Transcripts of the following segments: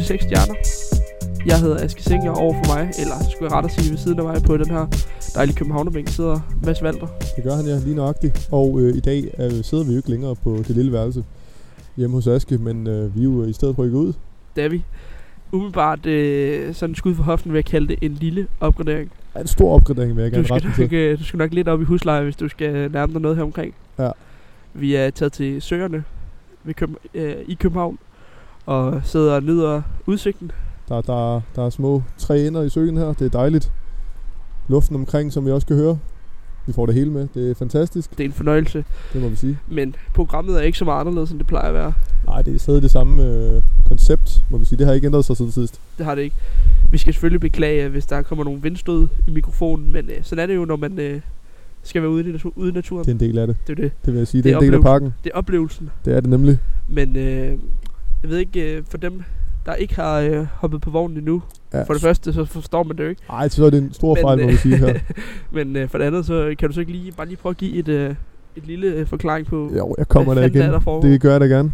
6 stjerner. Jeg hedder Aske Singer, over for mig, eller skulle jeg ret at sige ved siden af mig på den her dejlige københavnerbænk, sidder Mads Walter. Det gør han, ja, lige nøjagtigt. Og i dag sidder vi jo ikke længere på det lille værelse hjemme hos Aske, men vi er jo i stedet rykket ud. Det er vi. Umiddelbart sådan skud for hoften vil jeg kalde det en lille opgradering. Ja, en stor opgradering vil jeg gerne rette til. Du skal nok lidt op i husleje, hvis du skal nærme dig noget her omkring. Ja. Vi er taget til Søerne i København og sidder og nyder udsigten. Der er små 3 ender i søen her. Det er dejligt. Luften omkring, som vi også kan høre. Vi får det hele med. Det er fantastisk. Det er en fornøjelse. Det må vi sige. Men programmet er ikke så meget anderledes, end det plejer at være. Nej, det er stadig det samme koncept, må vi sige. Det har ikke ændret sig siden sidst. Det har det ikke. Vi skal selvfølgelig beklage, hvis der kommer nogle vindstød i mikrofonen, men sådan er det jo, når man skal være ude i naturen. Det er en del af det. Det er det. Det vil jeg sige. Det er en del af pakken. Det er oplevelsen. Det er det nemlig. Men jeg ved ikke, for dem, der ikke har hoppet på vognen endnu. Ja. For det første, så forstår man det jo ikke. Nej, så er det en stor fejl, må vi sige her. Men for det andet, så kan du så ikke bare lige prøve at give et lille forklaring på, jo, jeg kommer der igen. Det gør jeg da gerne.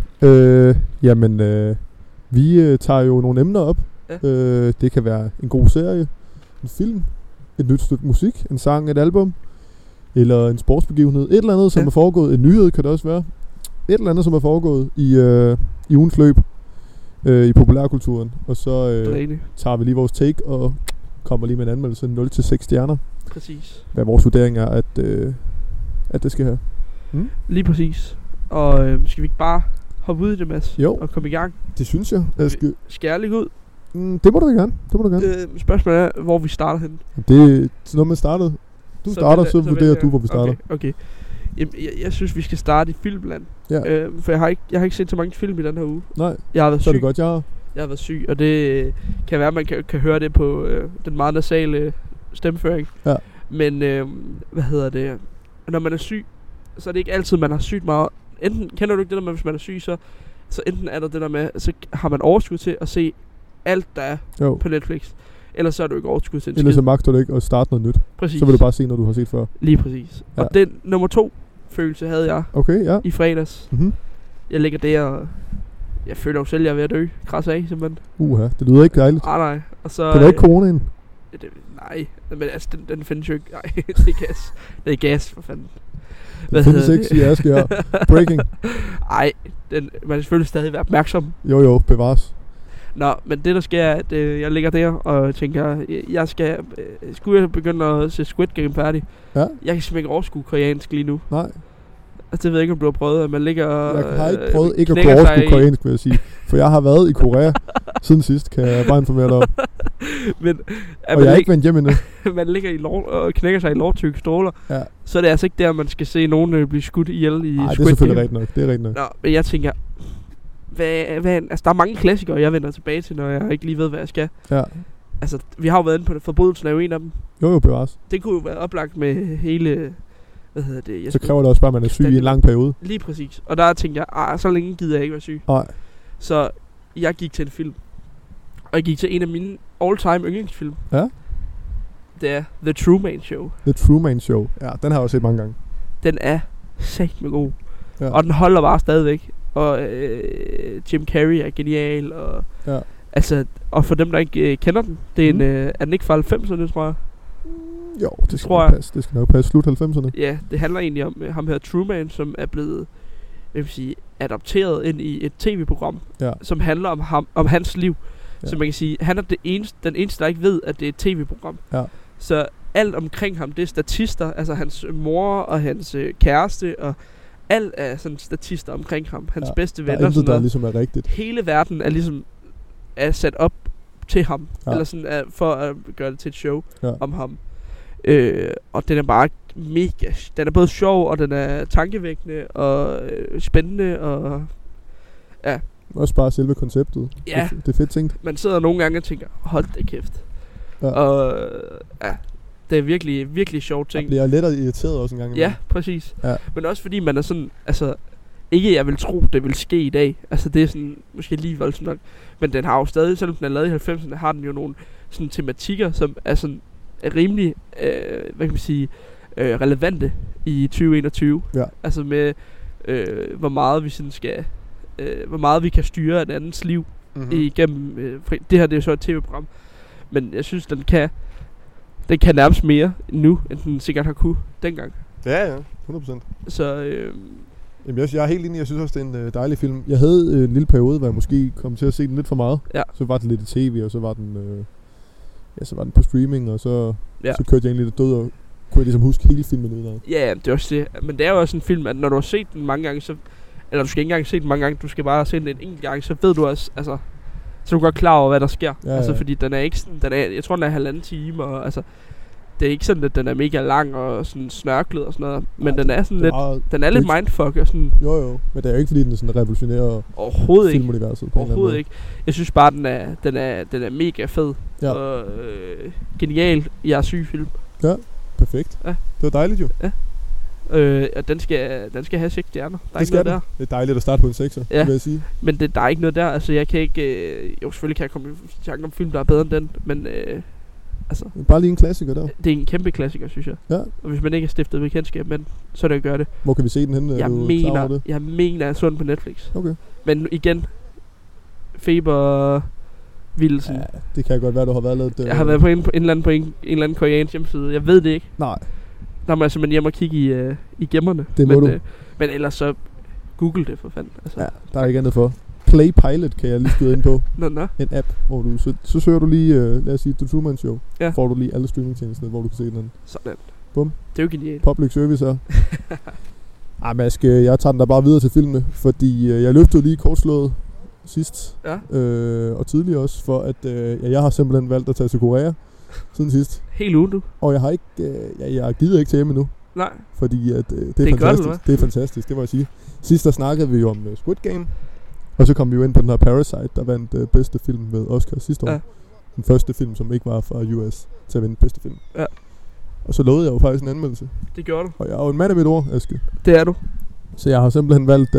Vi tager jo nogle emner op. Ja. Det kan være en god serie, en film, et nyt stykke musik, en sang, et album, eller en sportsbegivenhed. Et eller andet, som er foregået. En nyhed kan det også være. Et eller andet, som er foregået i ugens løb. I populærkulturen. Og så tager vi lige vores take og kommer lige med en anmeldelse 0-6 stjerner. Præcis. Hvad vores vurdering er, at det skal have. Lige præcis. Og skal vi ikke bare hoppe ud i det, Mads? Jo. Og komme i gang? Det synes jeg. Skal jeg ligge ud? Det må du gerne. Spørgsmålet er, hvor vi starter henne. Det er når man startede. Du starter, så vurderer du, hvor vi starter. Okay. Jamen, jeg synes, vi skal starte i filmland. Ja. For jeg har ikke set så mange film i den her uge. Nej, jeg har været så er det syg. godt, jeg har været syg, og det kan være, at man kan høre det på den meget nasale stemmeføring. Ja. Men, når man er syg, så er det ikke altid, man har sygt meget. Enten kender du ikke det der med, hvis man er syg, så enten er der det der med, så har man overskud til at se alt, der er på Netflix. Ellers så er du ikke overskud til en skid. Ellers så magter du ikke at starte noget nyt. Præcis. Så vil du bare se noget, du har set før. Lige præcis. Ja. Og den nummer 2 følelse havde jeg i fredags. Mm-hmm. Jeg ligger der, og jeg føler jo selv, at jeg er ved at dø. Kras af, simpelthen. Det lyder ikke dejligt. Nej. Og så, det er ikke coronaen? Nej, men altså, den findes jo ikke. Nej, det er gas. Det er gas, for fanden. Det findes ikke, siger Aske her. Breaking. Nej, man skal selvfølgelig stadig være opmærksom. Jo, bevares. Nå, men det der sker er, at jeg ligger der og tænker, jeg skulle jeg begynde at se Squid Game færdig. Ja. Jeg kan simpelthen ikke overskue koreansk lige nu. Nej. Altså det ved jeg ikke, om du har prøvet, at man ligger og jeg har ikke prøvet ikke at kunne overskue koreansk, vil jeg sige. For jeg har været i Korea siden sidst, kan jeg bare informere dig om. Men, og jeg er ikke vendt hjem endnu. Man ligger og knækker sig i lårtykke stråler. Ja. Så er det altså ikke der, man skal se nogen blive skudt ihjel i Squid Game. Nej, det er selvfølgelig rigtigt nok. Nå, men jeg tænker, altså der er mange klassikere, jeg vender tilbage til, når jeg ikke lige ved, hvad jeg skal. Ja. Altså, vi har jo været inde på det. Forbrydelsen er jo en af dem. Jo, bevares. Det kunne jo være oplagt med hele... Så kræver det også bare, at man er syg i en lang periode. Lige præcis. Og der tænkte jeg, så længe gider jeg ikke være syg. Nej. Så jeg gik til en film. Og jeg gik til en af mine all-time yndlingsfilm. Ja. Det er The Truman Show. The Truman Show. Ja, den har jeg også set mange gange. Den er satme god. Ja. Og den holder bare stadigvæk. Og Jim Carrey er genial. Og, og for dem, der ikke kender den, det er er den ikke fra 90'erne, tror jeg? Jo, det skal nok passe. Det skal nok passe slut 90'erne. Ja, det handler egentlig om ham her Truman, som er blevet adopteret ind i et tv-program, som handler om hans liv. Ja. Så man kan sige, han er den eneste, der ikke ved, at det er et tv-program. Ja. Så alt omkring ham, det er statister, altså hans mor og hans kæreste, og alt er sådan statister omkring ham. Hans bedste venner. Der er intet, der ligesom er rigtigt. Hele verden er ligesom sat op til ham, eller sådan for at gøre det til et show om ham. Og den er bare mega. Den er både sjov, og den er tankevækkende og spændende og også bare selve konceptet. Ja. Det er fedt tænkt. Man sidder nogle gange og tænker, hold da kæft. Ja. Og det er virkelig, virkelig sjovt ting. Jeg bliver lidt irriteret også en gang. Ja, præcis. Ja. Men også fordi man er sådan, altså ikke jeg vil tro, det vil ske i dag. Altså det er sådan, måske lige voldsomt nok. Men den har jo stadig, selvom den er lavet i 90'erne, har den jo nogle sådan tematikker, som er sådan rimelig, hvad kan man sige, relevante i 2021. Ja. Altså med, hvor meget vi sådan skal, hvor meget vi kan styre et andens liv. igennem. Det her det er jo så et tv-program, men jeg synes den kan nærmest mere nu, end den sikkert har kunne dengang. Ja, 100%. Så jamen, jeg er helt enig. Jeg synes også, det er en dejlig film. Jeg havde en lille periode, hvor jeg måske kom til at se den lidt for meget. Ja. Så var den lidt i tv, og så var den på streaming, og så kørte jeg egentlig lidt død, og kunne jeg ligesom huske hele filmen udenad. Ja, det er også det. Men det er jo også en film, at når du har set den mange gange, så... Eller du skal ikke engang se den mange gange, du skal bare se den en enkelt gang, så ved du også, altså... Så er du godt klar over, hvad der sker. Ja, altså, fordi den er ikke sådan... jeg tror, den er 1,5 time, og altså... Det er ikke sådan, at den er mega lang og sådan snørklet og sådan noget. Men den er sådan lidt... Den er lidt mindfuck og sådan... Jo. Men det er jo ikke, fordi den er sådan revolutionærer filmuniverset. Overhovedet ikke. Jeg synes bare, den er mega fed. Ja. Og genial. Jeg er syg film. Ja, perfekt. Ja. Det var dejligt jo. Ja. Og den skal have 6 stjerner. Der er ikke noget der. Det er dejligt at starte på en 6'er, vil jeg sige. Men der er ikke noget der. Altså, jeg kan ikke... jo, selvfølgelig kan jeg komme i tanke om film, der er bedre end den. Men... altså, bare lige en klassiker der. Det er en kæmpe klassiker, synes jeg. Ja. Og hvis man ikke har stiftet bekendtskab, men så er det at gøre det. Hvor kan vi se den henne? Jeg mener, jeg så den på Netflix. Okay. Men igen, Feber Vildelsen. Ja, det kan godt være, du har været lidt... Jeg har været på en eller anden koreansk hjemmeside. Jeg ved det ikke. Nej. Der må jeg simpelthen hjem og kigge i gemmerne. Det må du. Men ellers så Google det for fanden. Altså. Ja, der er ikke andet for. Play Pilot kan jeg lige skyde ind på. Nå. En app, hvor du så søger du lige, lad os sige, The Truman Show. Ja. Får du lige alle streamingtjenester, hvor du kan se den. Sådan. Bum. Det er jo genialt. Public service her. Ej, Mads, jeg tager den der bare videre til filmene, fordi jeg løftede lige kortslået sidst. Ja. Og tidligere også, for at jeg har simpelthen valgt at tage til Korea siden sidst. Helt uge, du. Og jeg har ikke, jeg gider ikke til hjemme nu. Nej. Fordi at, det er fantastisk. Godt, det er fantastisk, det må jeg sige. Sidst der snakkede vi jo om Squid Game. Og så kom vi jo ind på den her Parasite, der vandt bedste film med Oscar sidste år. Ja. Den første film, som ikke var fra US, til at vinde bedste film. Ja. Og så lovede jeg jo faktisk en anmeldelse. Det gjorde du. Og jeg er jo en mand af mit ord, Aske. Det er du. Så jeg har simpelthen valgt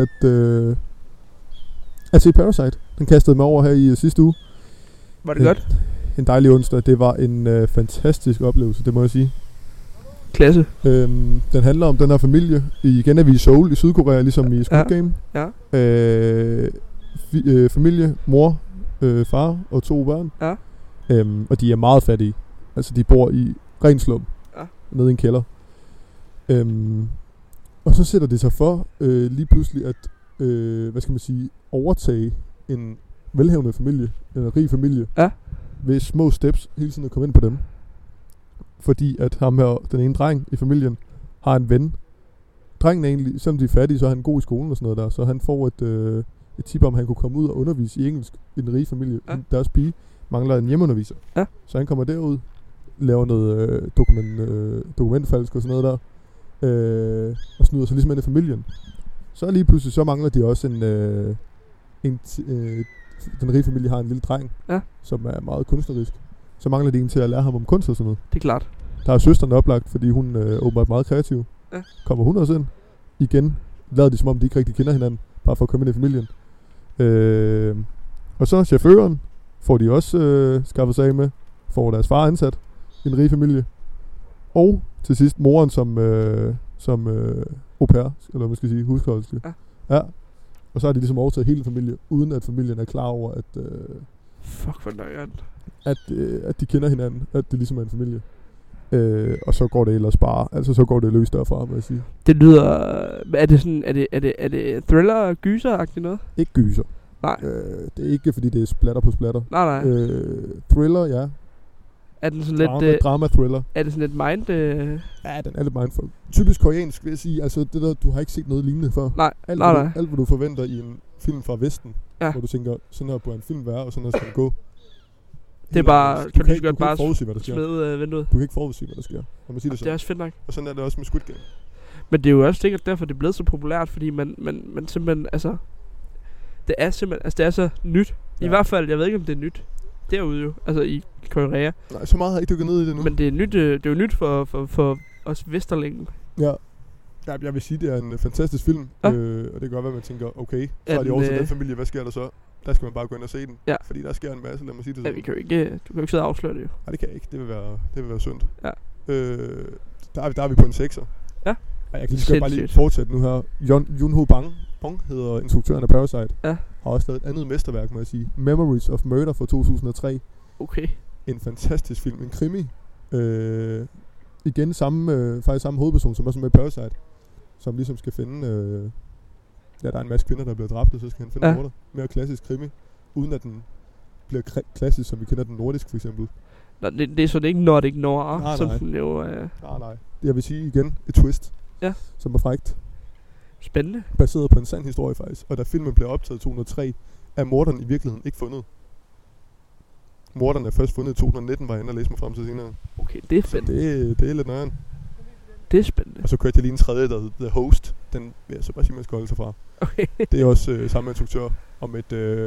at se Parasite. Den kastede mig over her i sidste uge. Var det godt? En dejlig onsdag. Det var en fantastisk oplevelse, det må jeg sige. Klasse. Den handler om den her familie. Igen er vi i Seoul i Sydkorea, ligesom i Squid Game. Ja. Familie, mor, far og 2 børn. Ja. Og de er meget fattige. Altså de bor i ren slum. Ja. Nede i en kælder. Og så sætter det sig for lige pludselig at hvad skal man sige, overtage en velhavende familie, en rig familie. Ja. Ved små steps hele tiden at komme ind på dem. Fordi at ham her, den ene dreng i familien, har en ven. Drengen er egentlig, selvom de er fattige, så er han god i skolen og sådan noget der. Så han får et tip om, at han kunne komme ud og undervise i engelsk i den rige familie. Ja. Deres pige mangler en hjemmeunderviser. Ja. Så han kommer derud, laver noget dokumentfalsk og sådan noget der. Og snyder sig ligesom ind i familien. Så lige pludselig, så mangler de også den rige familie har en lille dreng, som er meget kunstnerisk. Så mangler de en til at lære ham om kunst og sådan noget. Det er klart. Der er søsteren oplagt, fordi hun åbenbart meget kreativ. Ja. Kommer hun også ind. Igen lader de som om, de ikke rigtig kender hinanden. Bare for at komme ind i familien. Og så chaufføren får de også skaffet sig af med. Får deres far ansat i en rig familie. Og til sidst moren som au pair, eller man skal sige husholderske. Ja. Og så har de ligesom overtaget hele familien, uden at familien er klar over, at fuck for nøjeren. At de kender hinanden, at det ligesom er en familie. Og så går det ellers bare, altså så går det løs derfra, må jeg sige. Det lyder, er det sådan, er det thriller, gyser-agtigt noget? Ikke gyser. Nej. Det er ikke fordi det er splatter på splatter. Nej. Thriller, ja. Er den sådan lidt drama-thriller. Er det sådan lidt mind? Ja, den er lidt mindful. Typisk koreansk, vil jeg sige. Altså det der, du har ikke set noget lignende før. Nej. Alt hvad du forventer i en film fra Vesten, hvor du tænker, sådan her bør en film være, og sådan her skal den gå. Det er bare, kan du lige godt bare smide vinduet. Du kan ikke forudsige, hvad der sker. Det er også fedt nok. Og sådan er det også med Squid Game. Men det er jo også sikkert derfor, det er blevet så populært, fordi man simpelthen, altså, det er simpelthen, altså det er så nyt. I hvert fald, jeg ved ikke om det er nyt derude jo, altså i Korea. Nej, så meget har jeg ikke dykket ned i det nu. Men det er nyt, det er jo nyt for os vesterlingen. Ja. Ja, jeg vil sige, det er en fantastisk film. Og det kan godt være, man tænker, okay, så er de over til den familie, hvad sker der så? Der skal man bare gå ind og se den. Ja. Fordi der sker en masse, lad mig sige det sådan. Ja, du kan jo ikke sidde og afsløre det jo. Nej, det kan jeg ikke. Det vil være synd. Ja. Der er vi på en 6'er. Ja. Jeg kan lige bare lige fortsætte nu her. Joon-ho Bong hedder instruktøren af Parasite. Ja. Har også lavet et andet mesterværk, må jeg sige. Memories of Murder fra 2003. Okay. En fantastisk film, en krimi. Igen faktisk samme hovedperson, som også med Parasite. Som ligesom skal finde... der er en masse kvinder, der bliver dræbt, og så skal han finde morder. Mere klassisk krimi. Uden at den bliver klassisk, som vi kender den nordisk, for eksempel. Nå, det er så det ikke Nordic Noir, nej, som den jo... Nej. Jeg vil sige igen, et twist. Ja. Som er frækt. Spændende. Baseret på en sand historie faktisk. Og da filmen blev optaget i 2003, er morderen i virkeligheden ikke fundet. Morderen er først fundet i 2019, var jeg inde og læse mig frem til senere. Okay, det er spændende. Det er lidt nøjeren. Det er spændende. Og så kørte jeg lige en tredje, der hedder The Host. Den vil jeg så bare sige, man skal holde sig fra. Okay. Det er også samme instruktør om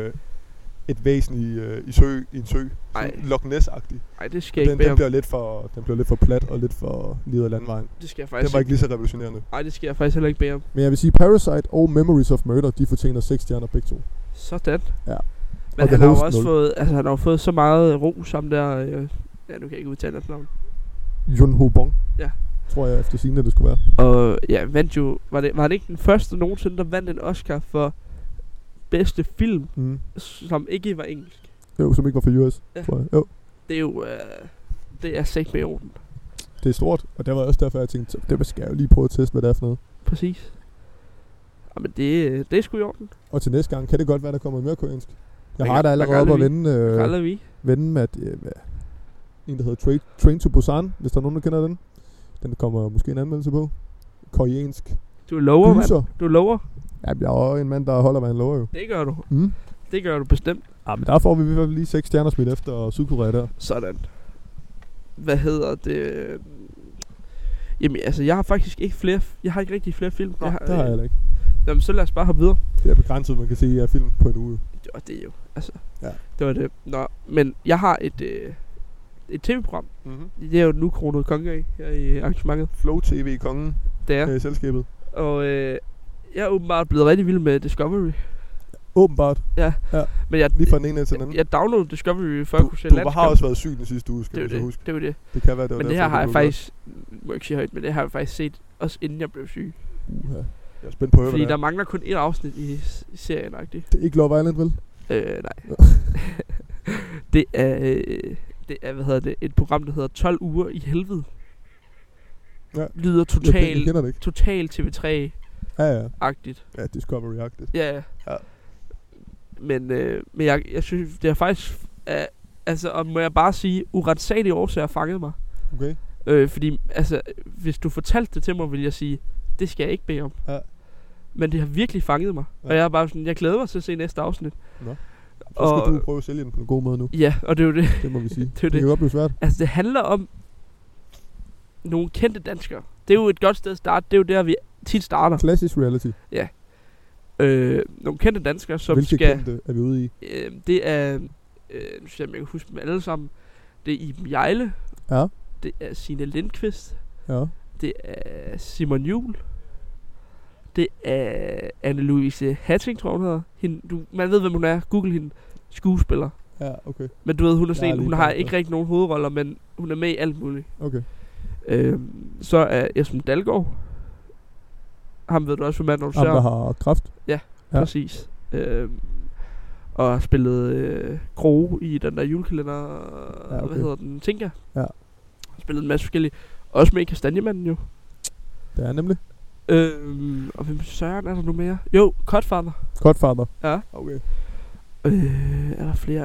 et væsen i en sø. Loch Ness-agtig. Nej, det skal jeg ikke den bliver lidt for plat og lidt for lidet af landvejen. Det skal jeg faktisk. Den var ikke lige så revolutionerende. Nej, det skal jeg faktisk heller ikke bede om. Men jeg vil sige, Parasite og Memories of Murder, de fortjener 6 stjerner begge to. Sådan. Ja. Men han har jo også fået, han har fået så meget ro som der, nu kan jeg ikke udtale hans navn. Joon-ho Bong. Ja. Tror jeg efter sigende, det skulle være. Og ja, vandt jo, var det ikke den første nogensinde, der vandt en Oscar for bedste film, som ikke var engelsk? Jo, som ikke var for US, tror jeg. Jo. Det er jo, det er sæt med i orden. Det er stort, og det var også derfor, jeg tænkte, det skal jeg jo lige prøve at teste, hvad det er for noget. Præcis. Jamen det er sgu i orden. Og til næste gang, kan det godt være, der kommer mere koreansk. Jeg har da allerede op at vende med, at en, der hedder Train to Busan, hvis der er nogen, der kender den. Den kommer måske en anmeldelse på. Koreansk. Du lover, mand. Du lover. Ja, jeg er en mand, der holder, hvad han lover jo. Det gør du. Det gør du bestemt. Ja, men der får vi i hvert fald lige 6 stjerner smidt efter Sydkorea der. Sådan. Hvad hedder det? Jamen, altså, jeg har faktisk ikke flere... Jeg har ikke rigtig flere film. Nej, det har jeg heller ikke. Jamen, så lad os bare hoppe videre. Det er begrænset, man kan se af film på en uge. Det er jo, altså... Ja. Det var det. Nå, men jeg har et tv-program. Det er jo nu kronet konge af her i arrangementet. Flow TV kongen. Det er. I selskabet. Og jeg er åbenbart blevet rigtig vild med Discovery. Åbenbart. Ja. Men jeg, lige fra den ene til den anden. Jeg downloadede Discovery før jeg kunne se Landskamp. Du har også været syg den sidste uge, skal du så huske. Det var det. Det kan være, det var. Men det her har jeg faktisk, må ikke sige højt, men det har jeg faktisk set også inden jeg blev syg. Jeg er spændt på at høre, fordi der mangler kun et afsnit i serien, ikke? Det er ikke Love Island, vel? Nej. det er, hvad hedder det, et program, der hedder 12 uger i helvede. Ja. Lyder total TV3-agtigt. Ja, Discovery-agtigt. Ja. Men jeg synes, det er faktisk, altså, og må jeg bare sige, uretsagelige årsager fangede mig. Okay. Fordi, altså, hvis du fortalte det til mig, vil jeg sige, det skal jeg ikke bede om. Ja. Men det har virkelig fanget mig. Ja. Og jeg er bare sådan, jeg glæder mig til at se næste afsnit. Nå. Så skal du prøve at sælge den på en god måde nu. Ja, og det er jo det. Det må vi sige. det kan godt blive svært. Altså, det handler om nogle kendte danskere. Det er jo et godt sted at starte. Det er jo der, vi tit starter. Klassisk reality. Ja. Nogle kendte danskere, som hvilke kendte er vi ude i? Det er, nu skal jeg kan huske dem alle sammen. Det er Iben Hjejle. Ja. Det er Signe Lindqvist. Ja. Det er Simon Juhl. Det er Anne-Louise Hatting, tror hun hedder. Man ved, hvem hun er. Google hende. Skuespiller. Ja, okay. Men du ved, hun er sådan en, hun har ikke rigtig nogen hovedroller, men hun er med i alt muligt. Okay. Så er Esben Dalgaard. Ham ved du også, hvem er, når du ser. Ham, der har kræft. Ja, præcis. Og har spillet Groe i den der julekalender. Ja, okay. Hvad hedder den? Tinka. Ja. Har spillet en masse forskellige. Også med i Kastanjemanden jo. Det er nemlig. Og hvem søren er der nu mere? Jo, Godfather. Ja. Okay. Er der flere?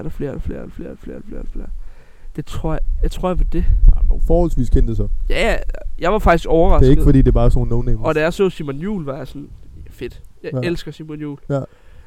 Det tror jeg ved det. Nogle forholdsvis kendte så. Ja, jeg var faktisk overrasket. Det er ikke fordi det er bare sådan nogle no-names. Og da jeg så Simon Juhl, var jeg sådan, fedt. Jeg elsker Simon Juhl. Ja.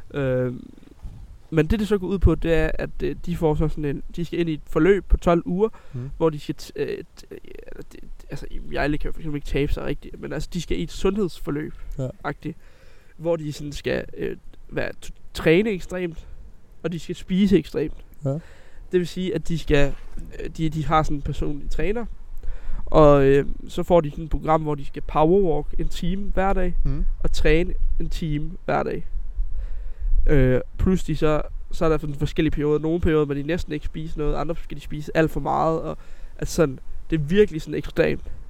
Men det så går ud på, det er, at de får så sådan de skal ind i et forløb på 12 uger, hvor de skal, altså jeg kan jo for eksempel ikke tabe sig rigtigt, men altså de skal i et sundhedsforløb, hvor de sådan skal træne ekstremt, og de skal spise ekstremt. Ja. Det vil sige, at de skal, de har sådan en personlig træner, og så får de sådan et program, hvor de skal powerwalk en time hver dag, og træne en time hver dag. Plus de så er der forskellige perioder. Nogle perioder, hvor de næsten ikke spise noget, andre skal de spise alt for meget, og altså sådan, det er virkelig sådan ekstremt.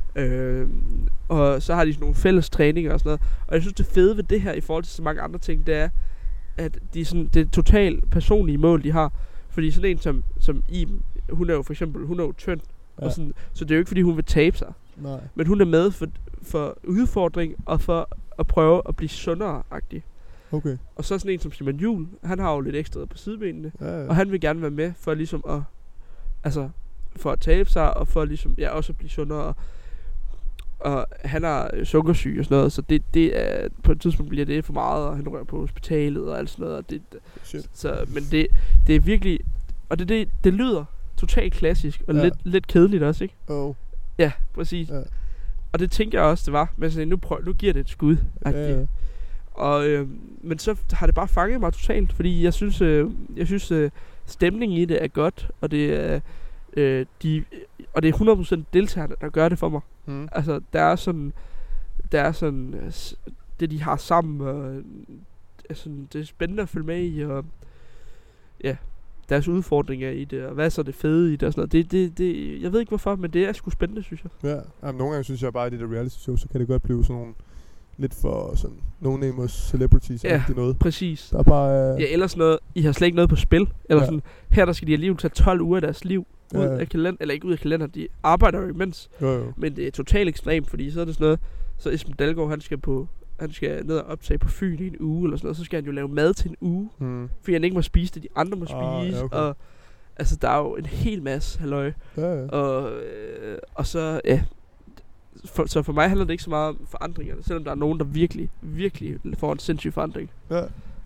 Og så har de sådan nogle fælles træninger og sådan noget. Og jeg synes det fede ved det her i forhold til så mange andre ting, det er, at de sådan, det er totalt personlige mål de har. Fordi sådan en som Iben, hun er jo for eksempel, hun er jo tynd. Og sådan, så det er jo ikke fordi hun vil tabe sig. Nej. Men hun er med for udfordring og for at prøve at blive sundere-agtig. Okay. Og så sådan en som Simon Juhl, han har jo lidt ekstra på sidebenene. Ja. Og han vil gerne være med for ligesom at, altså for at tabe sig og for ligesom også at blive sundere. Og han har sukkersyge og sådan noget, så det er på et tidspunkt bliver det for meget, og han rører på hospitalet og alt sådan noget. Og men det er virkelig, og det lyder totalt klassisk og lidt kedeligt også, ikke? Ja, præcis. Ja. Og det tænker jeg også det var, men sådan, nu giver det et skud. Ja. Og men så har det bare fanget mig totalt, fordi jeg synes stemningen i det er godt, og det er og det er 100% deltagerne der gør det for mig. Altså der er sådan det de har sammen, og sådan, det er spændende at følge med i, og ja, deres udfordringer i det, og hvad er så det fede i det og sådan noget. Det jeg ved ikke hvorfor, men det er sgu spændende, synes jeg. Ja, jamen, nogle gange synes jeg bare, at det der reality show, så kan det godt blive sådan nogle lidt for sådan no-name celebrities. Ja, noget. Præcis. Der er bare ja, ellers noget, I har slet ikke noget på spil. Eller sådan, her der skal de alligevel tage 12 uger af deres liv ud af kalender, eller ikke ud af kalender, de arbejder jo imens. Jo. Men det er totalt ekstremt, fordi så er det sådan noget, så Esben Dalgaard, han skal ned og optage på Fyn i en uge, eller sådan noget, så skal han jo lave mad til en uge, fordi han ikke må spise det, de andre må spise, ja, okay. Og altså, der er jo en hel masse halløj. Ja. Og så, ja, så for mig handler det ikke så meget om forandringerne, selvom der er nogen, der virkelig, virkelig får en sindssyg forandring. Ja.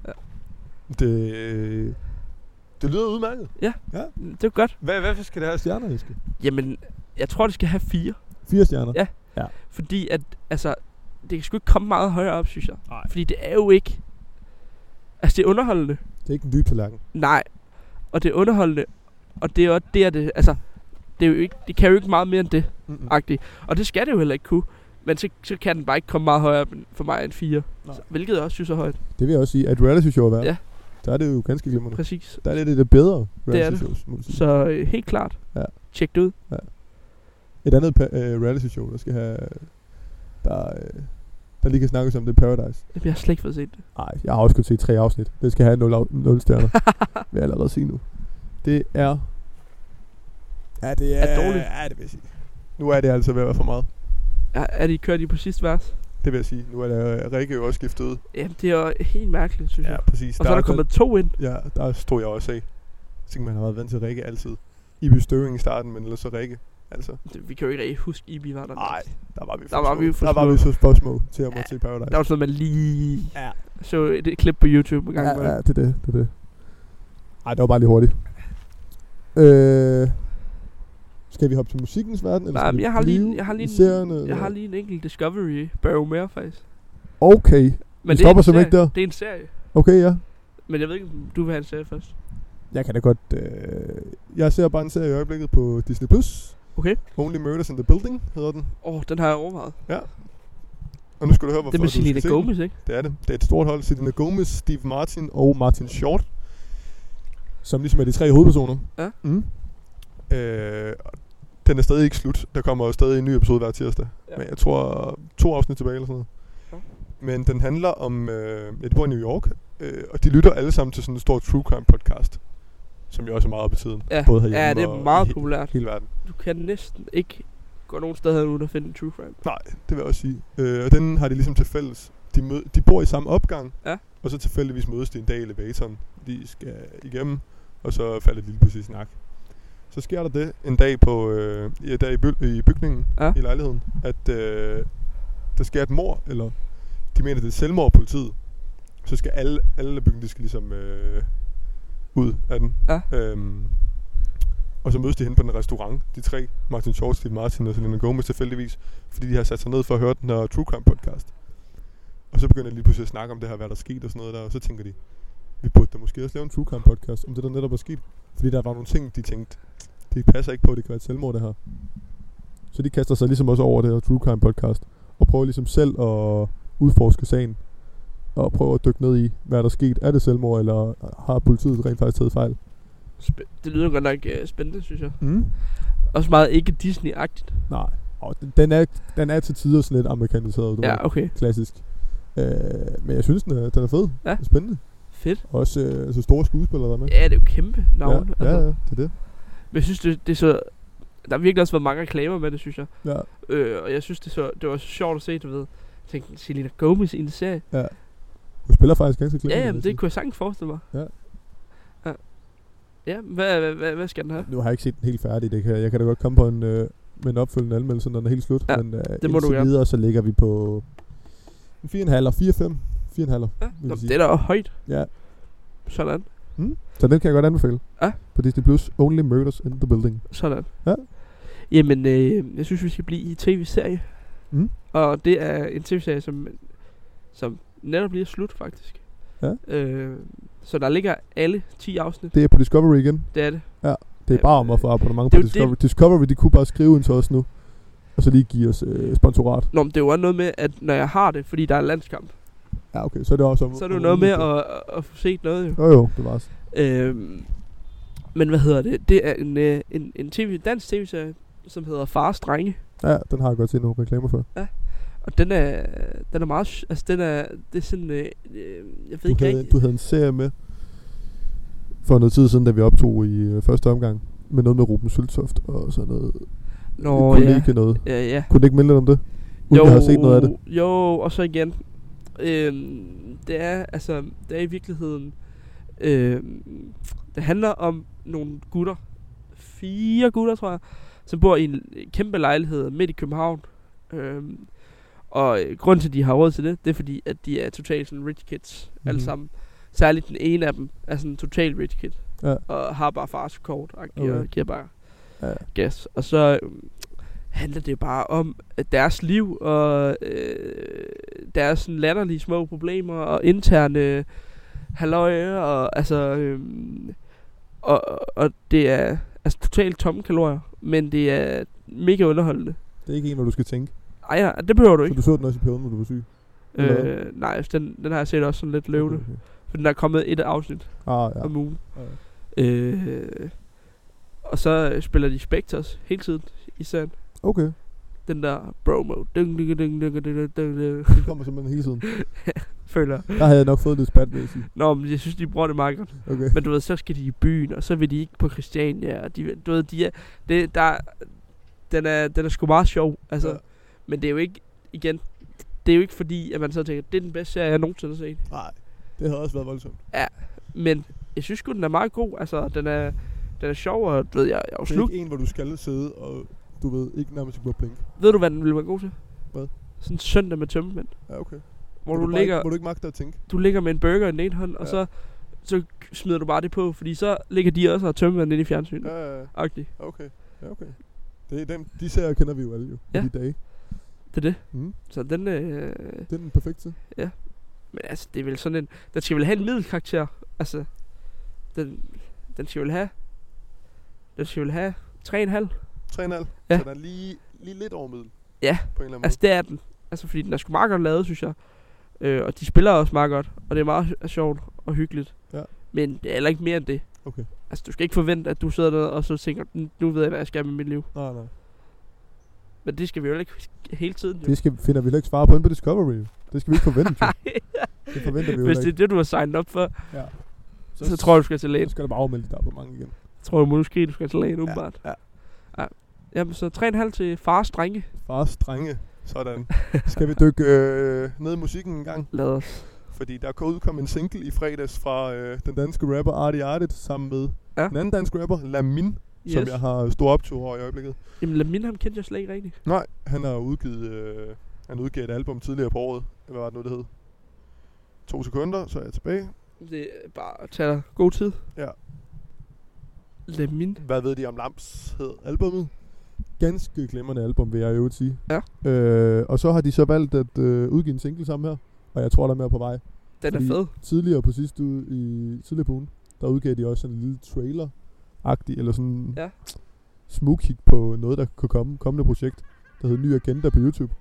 Det lyder udmærket. Ja, det er godt. Hvad skal det have stjerner, Eske? Jamen, jeg tror, det skal have 4. 4 stjerner? Ja. Fordi at, altså, det kan sgu ikke komme meget højere op, synes jeg. Nej. Fordi det er jo ikke, altså det er underholdende. Det er ikke en dyb tallerken. Nej, og det er underholdende, og det er også det, altså, det er jo ikke, det kan jo ikke meget mere end det, agtigt. Og det skal det jo heller ikke kunne. Men så kan den bare ikke komme meget højere op for mig end 4. Så, hvilket jeg også synes er højt. Det vil jeg også sige, at reality show er værd. Ja. Der er det jo ganske glimrende. Præcis. Der er det bedre reality shows. Så helt klart. Ja. Tjek det ud. Ja. Et andet reality show, der skal have, der lige kan snakkes om, det er Paradise. Jeg har slet ikke fået set det. Nej, jeg har også kunnet se 3 afsnit. Det skal have 0 stjerner. Vil jeg allerede sige nu. Det er... Ja, det er dårligt. Ja, det vil jeg sige. Nu er det altså ved at være for meget. Ja, er de kørt på sidste vers? Det vil jeg sige. Nu er der Rikke jo også skiftet ud. Jamen, det er jo helt mærkeligt, synes jeg. Ja, præcis. Og så er der kommet 2 ind. Ja, der stod jeg også af. Jeg tænker, man har været vant til Rikke altid. Ibi Støving i starten, men ellers så Rikke. Altså. Vi kan jo ikke rigtig huske, Ibi var der. Nej, der var vi så små til at måtte se Paradise. Der var sådan, man lige så et klip på YouTube en gang. Ja, det er det. Ej, det var bare lige hurtigt. Skal vi hoppe til musikkens verden? Eller nej, men jeg har lige en enkelt Discovery Barrow mere, faktisk. Okay. Men stopper som ikke der? Det er en serie. Okay, ja. Men jeg ved ikke, om du vil have en serie først. Jeg kan da godt... jeg ser bare en serie i øjeblikket på Disney+. Okay. Only Murders in the Building hedder den. Den har jeg overvejet. Ja. Og nu skal du høre, hvorfor det er med Selena Gomez, ikke? Det er det. Det er et stort hold. Selena Gomez, Steve Martin og Martin Short. Som ligesom er de 3 hovedpersoner. Ja. Den er stadig ikke slut. Der kommer jo stadig en ny episode hver tirsdag. Ja. Men jeg tror 2 afsnit tilbage eller sådan noget. Ja. Men den handler om... de bor i New York. Og de lytter alle sammen til sådan en stor true crime podcast. Som jo også er meget op i tiden. Ja, både herhjemme det er meget populært. Hele verden. Du kan næsten ikke gå nogen steder uden at finde en true crime. Nej, det vil jeg også sige. Og den har de ligesom til fælles. De bor i samme opgang. Ja. Og så tilfældigvis mødes de en dag i elevatoren. De skal igennem. Og så falder de lige pludselig i snak. Så sker der det en dag i bygningen, i lejligheden, at der sker et mord, eller de mener, det er selvmord politiet. Så skal alle bygningen, de skal ligesom ud af den. Ja. Og så mødes de hen på en restaurant, de 3, Martin Short, Steve Martin og Selena Gomez tilfældigvis, fordi de har sat sig ned for at høre den her True Crime podcast. Og så begynder de lige pludselig at snakke om det her, hvad der er sket og sådan noget der, og så tænker de, vi burde da måske også lave en True Crime podcast om det, der netop er sket. Fordi der var nogle ting, de tænkte, det passer ikke på, at det kan være et selvmord, det her. Så de kaster sig ligesom også over det her True Crime podcast, og prøver ligesom selv at udforske sagen, og prøver at dykke ned i, hvad der er sket. Er det selvmord, eller har politiet rent faktisk taget fejl? Det lyder godt nok spændende, synes jeg. Også meget ikke Disney-agtigt. Nej. Den er til tider sådan lidt amerikaniseret. Ja, okay. Klassisk. Men jeg synes, den er fed. Ja. Det er spændende. Fedt. Også så store skuespillere der med. Ja, det er jo kæmpe navn. Ja, det er det. Men jeg synes, det er så... Der har virkelig også været mange reklamer med det, synes jeg. Ja. Og jeg synes, det var så sjovt at se, du ved. Jeg tænkte, Selena Gomez i en serie. Ja. Hun spiller faktisk ganske klart. Ja, det kunne jeg sagtens forestille mig. Ja. Ja, hvad skal den have? Nu har jeg ikke set den helt færdig. Jeg kan da godt komme på med en opfølgende anmeldelse, når den er helt slut. Ja, men det må du gerne. Videre, så ligger vi på 4,5 og 4,5. 4,5. Ja, det er da højt. Ja. Sådan. Så den kan jeg godt anbefale. Ja. På Disney Plus. Only Murders in the Building. Sådan. Ja. Jamen, jeg synes, vi skal blive i tv-serie. Og det er en tv-serie, som netop bliver slut, faktisk. Ja. Så der ligger alle 10 afsnit. Det er på Discovery igen. Det er det. Ja. Det er bare om at få abonnement på Discovery. Det. Discovery, de kunne bare skrive ind til os nu. Og så lige give os sponsorat. Nå, men det er jo også noget med, at når jeg har det, fordi der er landskamp. Ja, okay. Så er det også så er det jo noget med at få set noget, jo. Jo, det var også. Men hvad hedder det? Det er en dansk tv-serie, som hedder Fars Drenge. Ja, den har jeg godt set nogle reklamer for. Ja. Og den er meget... Altså, det er sådan... jeg ved ikke rigtig... Du havde en serie med for noget tid siden, da vi optog i første omgang. Med noget med Ruben Søltoft og sådan noget. Nå, ja. Ikke noget. Ja. Kunne du ikke melde lidt om det? Uden jeg har set noget af det. Jo, og så igen. Det er i virkeligheden... det handler om nogle gutter. 4 gutter, tror jeg. Som bor i en kæmpe lejlighed midt i København. Og grunden til, at de har råd til det, det er fordi, at de er totalt sådan rich kids, alle sammen. Særligt den ene af dem er sådan total rich kid. Ja. Og har bare fars kort, og giver bare gas. Og så handler det bare om deres liv, og deres sådan latterlige små problemer, og interne halløje, og altså... Og det er altså totalt tomme kalorier, men det er mega underholdende. Det er ikke en, hvor du skal tænke? Ej, ja, det behøver du ikke. Så du så den også i perioden, hvor du var syg? Nej, den har jeg set også sådan lidt løvende. Okay. For den er kommet et afsnit om ugen. Og så spiller de Spectres hele tiden i serien. Okay. Den der bro-mode. Det kommer simpelthen hele tiden. Føler. Der havde jeg nok fået lidt spat, vil jeg sige. Nå, men jeg synes, de bruger det meget godt. Okay. Men du ved, så skal de i byen, og så vil de ikke på Christiania. Og du ved, den er sgu meget sjov. Altså, ja. Men det er jo ikke, igen, det er jo ikke fordi, at man så tænker, det er den bedste serie, jeg nogensinde har set. Nej, det har også været voldsomt. Ja, men jeg synes sgu, den er meget god. Altså, den er sjov, og du ved, jeg er jo slug. Det er ikke en, hvor du skal sidde, og du ved, ikke nærmest ikke må blinke. Ved du, hvad den ville være god til? Hvad? Sådan en søndag med tømmermænd. Ja, okay. Hvor du ligger... Må du ikke magte at tænke? Du ligger med en burger i den ene hånd, og så smider du bare det på, fordi så ligger de også og tømmermænd inde i fjernsynet. Ja. Agtigt. Okay. Ja, okay. Det er de serier kender vi jo alle jo. Ja. I de dage. Det er det. Så den... Det er den perfekte. Ja. Men altså, det er vel sådan en... Den skal vel have en middelkarakter. Altså... Den skal vel have... Den skal vel have 3,5. 3,5? Ja. Så den er lige lidt over middel. Ja. På en eller anden måde. Altså, det er den. Altså, fordi den er sgu meget godt lavet, synes jeg. Og de spiller også meget godt. Og det er meget sjovt og hyggeligt. Ja. Men det er heller ikke mere end det. Okay. Altså, du skal ikke forvente, at du sidder der og så tænker, nu ved jeg, hvad jeg skal med mit liv. Nej. Men det skal vi jo ikke hele tiden, jo. Det finder vi heller ikke svare på inde på Discovery. Det skal vi ikke forvente, jo. Det forventer vi jo. Hvis det er det, du har signet op for, ja. så tror jeg, du skal til lægen. Så skal du bare afmelde dig på mange igen. Tror du måske, du skal til lægen, umiddelbart. Ja. Jamen, så 3,5 til Fars Drenge. Fars Drenge. Sådan. Skal vi dykke ned i musikken en gang? Lad os. Fordi der er udkommet en single i fredags fra den danske rapper Artie Artit sammen med en anden dansk rapper, Lamin, som jeg har stor optur over i øjeblikket. Jamen Lamin, ham kendte jeg slet ikke rigtigt. Nej, han har udgivet et album tidligere på året. Hvad var det nu, det hed? 2 sekunder, så er jeg tilbage. Det er bare at tage dig god tid. Ja. Lamin. Hvad ved de om Lams hed albumet? Ganske glimrende album, vil jeg jo sige. Ja. Og så har de så valgt at udgive en single sammen her. Og jeg tror, der er mere på vej. Den er fed. Tidligere på ugen, der udgav de også sådan en lille trailer-agtig, eller sådan smug kig på noget, der kunne kommende projekt, der hedder Ny Agenda på YouTube.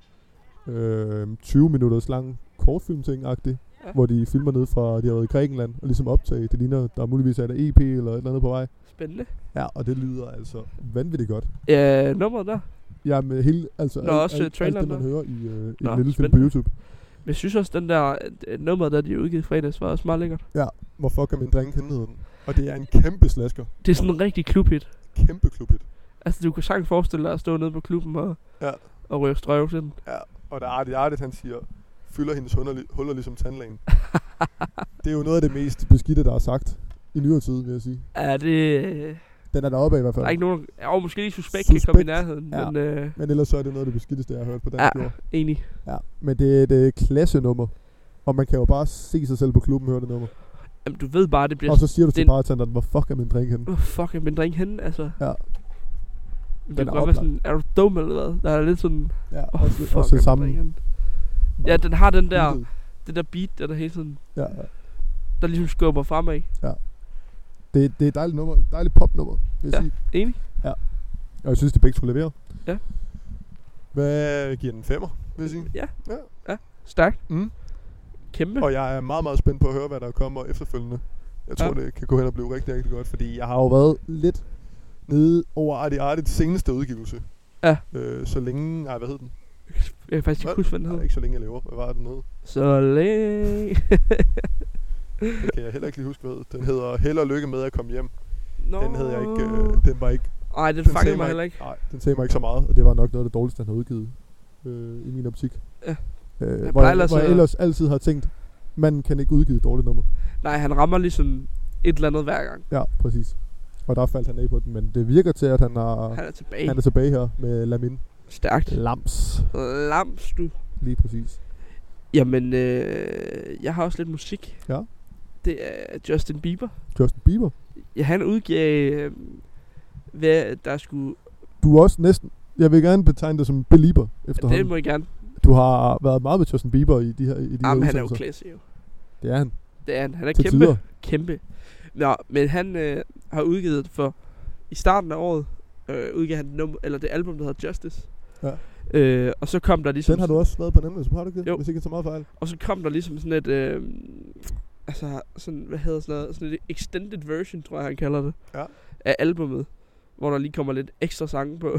20 minutters lang kortfilm-ting-agtig, hvor de filmer ned fra, de har været i Grækenland, og ligesom optage. Det ligner, der muligvis er der EP eller et eller andet på vej. Spændende. Ja, og det lyder altså vanvittigt godt. Ja, nummeret der. Ja, med hele, altså alt det, man hører i en lille film på YouTube. Men jeg synes også, den der nummer, der de udgivet fredags, var også meget lækkert. Ja, hvor fuck er min dreng henne den. Og det er en kæmpe slasker. Det er sådan en rigtig klubhit. Kæmpe klubhit. Altså, du kan sagtens forestille dig at stå nede på klubben og røve strøv til den. Ja, og der er det, han siger, fylder hendes huller ligesom tandlægen. Det er jo noget af det mest beskidte, der er sagt i nyere tid, vil jeg sige. Ja, det... Den er deroppe af i hvert fald. Der er ikke nogen... måske lige suspekt kan komme i nærheden. Ja. Men ellers så er det noget af det beskiddeste, jeg har hørt på dansk jord. Enig. Ja, men det er et klassenummer. Og man kan jo bare se sig selv på klubben høre det nummer. Jamen, du ved bare, det bliver... Og så siger du til bartenderen, hvor fuck er min drink henne? Hvor fuck er min drink henne, altså? Ja. Det kan godt være sådan, er du dum eller hvad? Der er lidt sådan... Ja, også sammen. Ja, den har den der... Det der beat, der hele tiden... Ja. Der ligesom skubber fremad. Ja. Det er et dejligt nummer. Dejligt popnummer, vil jeg sige. Enig. Ja. Og jeg synes, det begge skulle levere. Ja. Hvad giver den 5'er, vil jeg sige? Ja. Stærkt. Kæmpe. Og jeg er meget, meget spændt på at høre, hvad der kommer efterfølgende. Jeg tror, det kan gå hen og blive rigtig, rigtig godt, fordi jeg har jo været lidt nede over Artie's seneste udgivelse. Ja. Så længe... Nej, hvad hed den? Jeg kan faktisk ikke huske, hvad den hed. Ikke så længe jeg lever. Hvad var den hed? Så længe... Det kan jeg heller ikke lige huske, hvad den hedder. Held og lykke med at komme hjem. Den hed jeg ikke... Den var ikke... Nej, den fangede mig heller ikke. Nej, den sagde mig ikke så meget, og det var nok noget af det dårligste, han havde udgivet i min optik. Ja. Hvor jeg ellers altid har tænkt, man kan ikke udgive et dårligt nummer. Nej, han rammer ligesom et eller andet hver gang. Ja, præcis. Og der faldt han af på den, men det virker til, at han er tilbage. Han er tilbage her med Lamin. Stærkt. Lams, du. Lige præcis. Jamen, jeg har også lidt musik. Ja. Det er Justin Bieber. Justin Bieber? Ja, han udgav, hvad der skulle... Du er også næsten... Jeg vil gerne betegne dig som belieber efterhånden. Det må jeg gerne. Du har været meget med Justin Bieber i de her udsendelser. Jamen, han er jo klasse, jo. Det er han. Det er han. Han er kæmpe. Nå, men han har udgivet for... I starten af året udgav han det album, der hedder Justice. Ja. Og så kom der ligesom... Den har du også været på nemlig, så har du ikke det? Jo. Hvis ikke jeg tager meget fejl. Og så kom der ligesom sådan et... altså, sådan, hvad hedder sådan noget? Sådan et extended version, tror jeg, han kalder det. Ja. Af albumet. Hvor der lige kommer lidt ekstra sange på.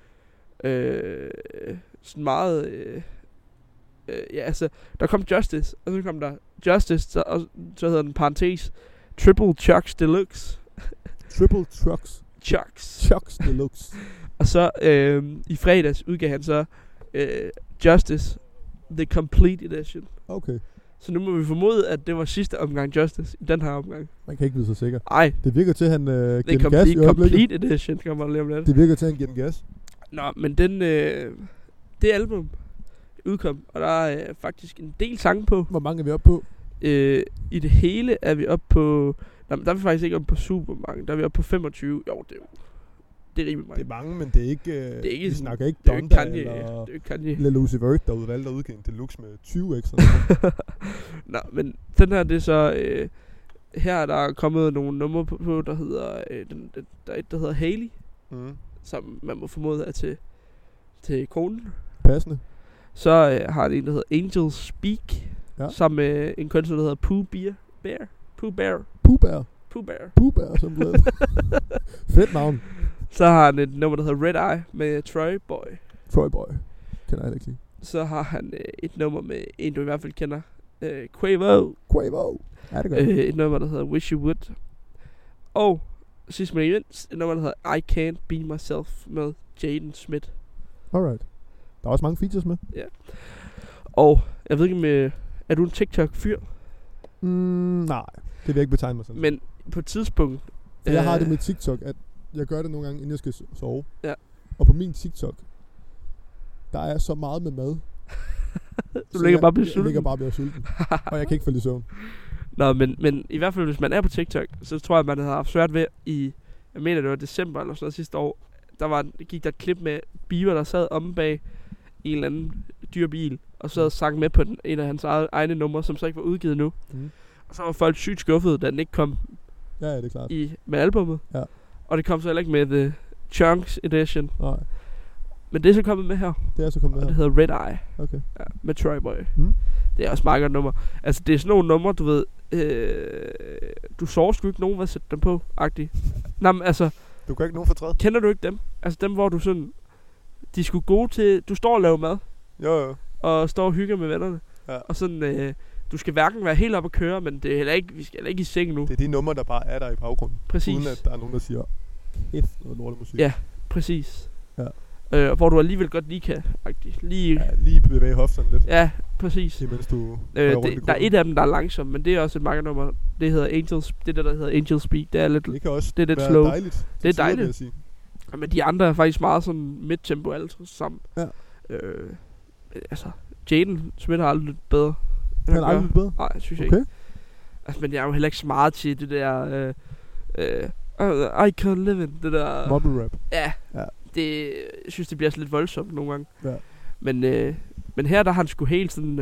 Sådan meget... ja, altså, der kom Justice, og så kom der Justice, og så hedder den parentes Triple Chucks Deluxe. Triple Trucks. Chucks Deluxe. Og så i fredags udgav han så Justice The Complete Edition. Okay. Så nu må vi formode, at det var sidste omgang Justice i den her omgang. Man kan ikke vide så sikker. Nej. Det virker til, at han giver den gas i øjeblikket. Complete Edition kommer lige om lidt. Det virker til, at han giver den gas. Nå, men det album udkom, og der er faktisk en del sange på. Hvor mange er vi oppe på? I det hele er vi oppe på... Nej, der er vi faktisk ikke oppe på super mange. Der er vi oppe på 25. Jo, det er rimelig mange. Det er mange, men det er ikke... det er ikke vi snakker ikke Donda eller Kanye. Lil Uzi Vert, der udvalgte at udgive en deluxe med 20 ekstra. Nå, men den her, det er så... her er der kommet nogle numre på, der hedder... der er et, der hedder Hailey. Som man må formode er til konen. Passende. Så har det en, der hedder Angels Speak. Ja. Sammen med en kunstner, der hedder Pooh Bear, simpelthen. Fedt navn. Så har han et nummer, der hedder Red Eye med Troy Boy. Kender jeg ikke lige. Så har han et nummer med en, du i hvert fald kender. Quavo. Ja, det gør et nummer, der hedder Wish You Would. Og sidst men ikke mindst, et nummer, der hedder I Can't Be Myself med Jaden Smith. Alright. Der er også mange features med. Ja. Og jeg ved ikke, er du en TikTok-fyr? Nej, det vil jeg ikke betegne mig sådan. Men på et tidspunkt... Jeg har det med TikTok, at jeg gør det nogle gange, inden jeg skal sove. Ja. Og på min TikTok, der er så meget med mad. Du ligger bare blive sulten. Jeg ligger bare blive sulten. Og jeg kan ikke falde i søvn. Nå, men i hvert fald, hvis man er på TikTok, så tror jeg, man har haft svært ved jeg mener, det var december eller sådan noget sidste år, gik der et klip med Bieber, der sad omme bag en eller anden dyr bil, og så sang med på en af hans egne numre, som så ikke var udgivet nu. Og så var folk sygt skuffede, da den ikke kom det er klart. Med albummet. Ja. Og det kom så heller ikke med The Chunks Edition. Nej. Men det er så kommet med her. Det er så kommet med her. Det hedder Red Eye. Okay. Ja, med Troy Boy. Det er også meget godt nummer. Altså, det er sådan nogle numre, du ved... du sover sgu ikke nogen, hvad sætter dem på, agtigt. Nej, men altså... Du kan ikke nogen fortræd. Kender du ikke dem? Altså dem, hvor du sådan... de er sgu gode til, du står og laver mad. Jo. Og står og hygger med vennerne. Ja. Og sådan, du skal hverken være helt op at køre, men det er heller ikke, vi skal heller ikke i seng nu. Det er de numre, der bare er der i baggrunden. Præcis. Uden at der er nogen, der siger, kæft noget lortemusik. Ja, præcis. Ja. Hvor du alligevel godt lige kan, lige bevæge hofterne lidt. Ja, præcis. Imens du der er et af dem, der er langsomt, men det er også et makernummer. Det hedder Angels, det der hedder Angel Speak. Det er lidt, det kan også det er lidt være slow. Dejligt. Det er dejligt. Ja, men de andre er faktisk meget sådan midt-tempo alle sammen. Ja. Altså, Jaden Smith har aldrig lidt bedre. Han har aldrig lidt bedre? Nej, synes jeg ikke. Altså, men jeg er jo heller ikke så meget til det der I can't live in, det der mumble rap. Ja. Det, jeg synes det bliver så lidt voldsomt nogle gange. Ja. Men her der har han sgu helt sådan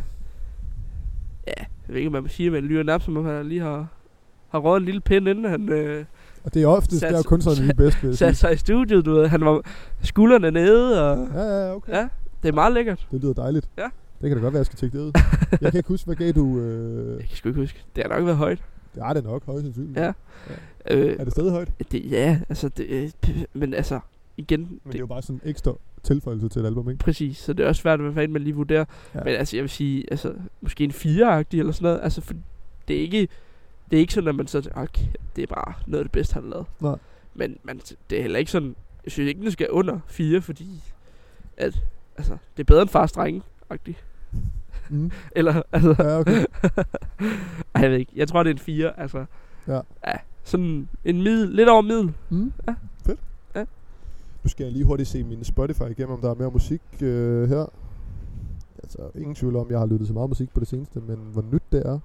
jeg ved ikke om man må sige, men lyder nærmest som om han lige har røget en lille pind inden han og det er oftest der kun sådan lige bedst satte sig i studiet, du ved. Han var skuldrene nede og ja, okay. Ja, det er meget lækkert. Det lyder dejligt. Ja. Det kan da godt være, jeg skal tjekke det ud. Jeg kan ikke huske, hvad gav du? Jeg kan sgu ikke huske. Det har nok været højt. Det er det nok, højt sandsynligt. Ja. Er det stadig højt? Ja, altså men altså igen. Men det er jo bare sådan en ekstra tilføjelse til et album, ikke? Præcis, så det er også svært, hvad fanden man lige vurderer. Ja. Men altså, jeg vil sige, altså måske en 4-agtig eller sådan noget. Altså, for det er ikke sådan, at man så okay, det er bare noget af det bedste, han har lavet. Nej. Men det er heller ikke sådan, jeg synes ikke, det skal under 4, fordi at, altså, det er bedre end Fars Drenge-agtig. Mm. Eller, altså. Ja, okay. Ej, jeg ved ikke. Jeg tror, det er en 4, altså. Ja. Sådan en lidt over middel. Mm. Ja. Fedt. Ja. Nu skal jeg lige hurtigt se min Spotify igennem, om der er mere musik her. Altså, ingen tvivl om, jeg har lyttet så meget musik på det seneste, men hvor nyt det er.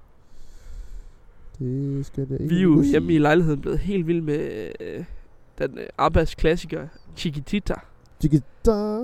Det skal jeg ikke. Vi er jo hjemme i lejligheden blevet helt vild med den Abbas klassiker Chiquitita. Chiquitita.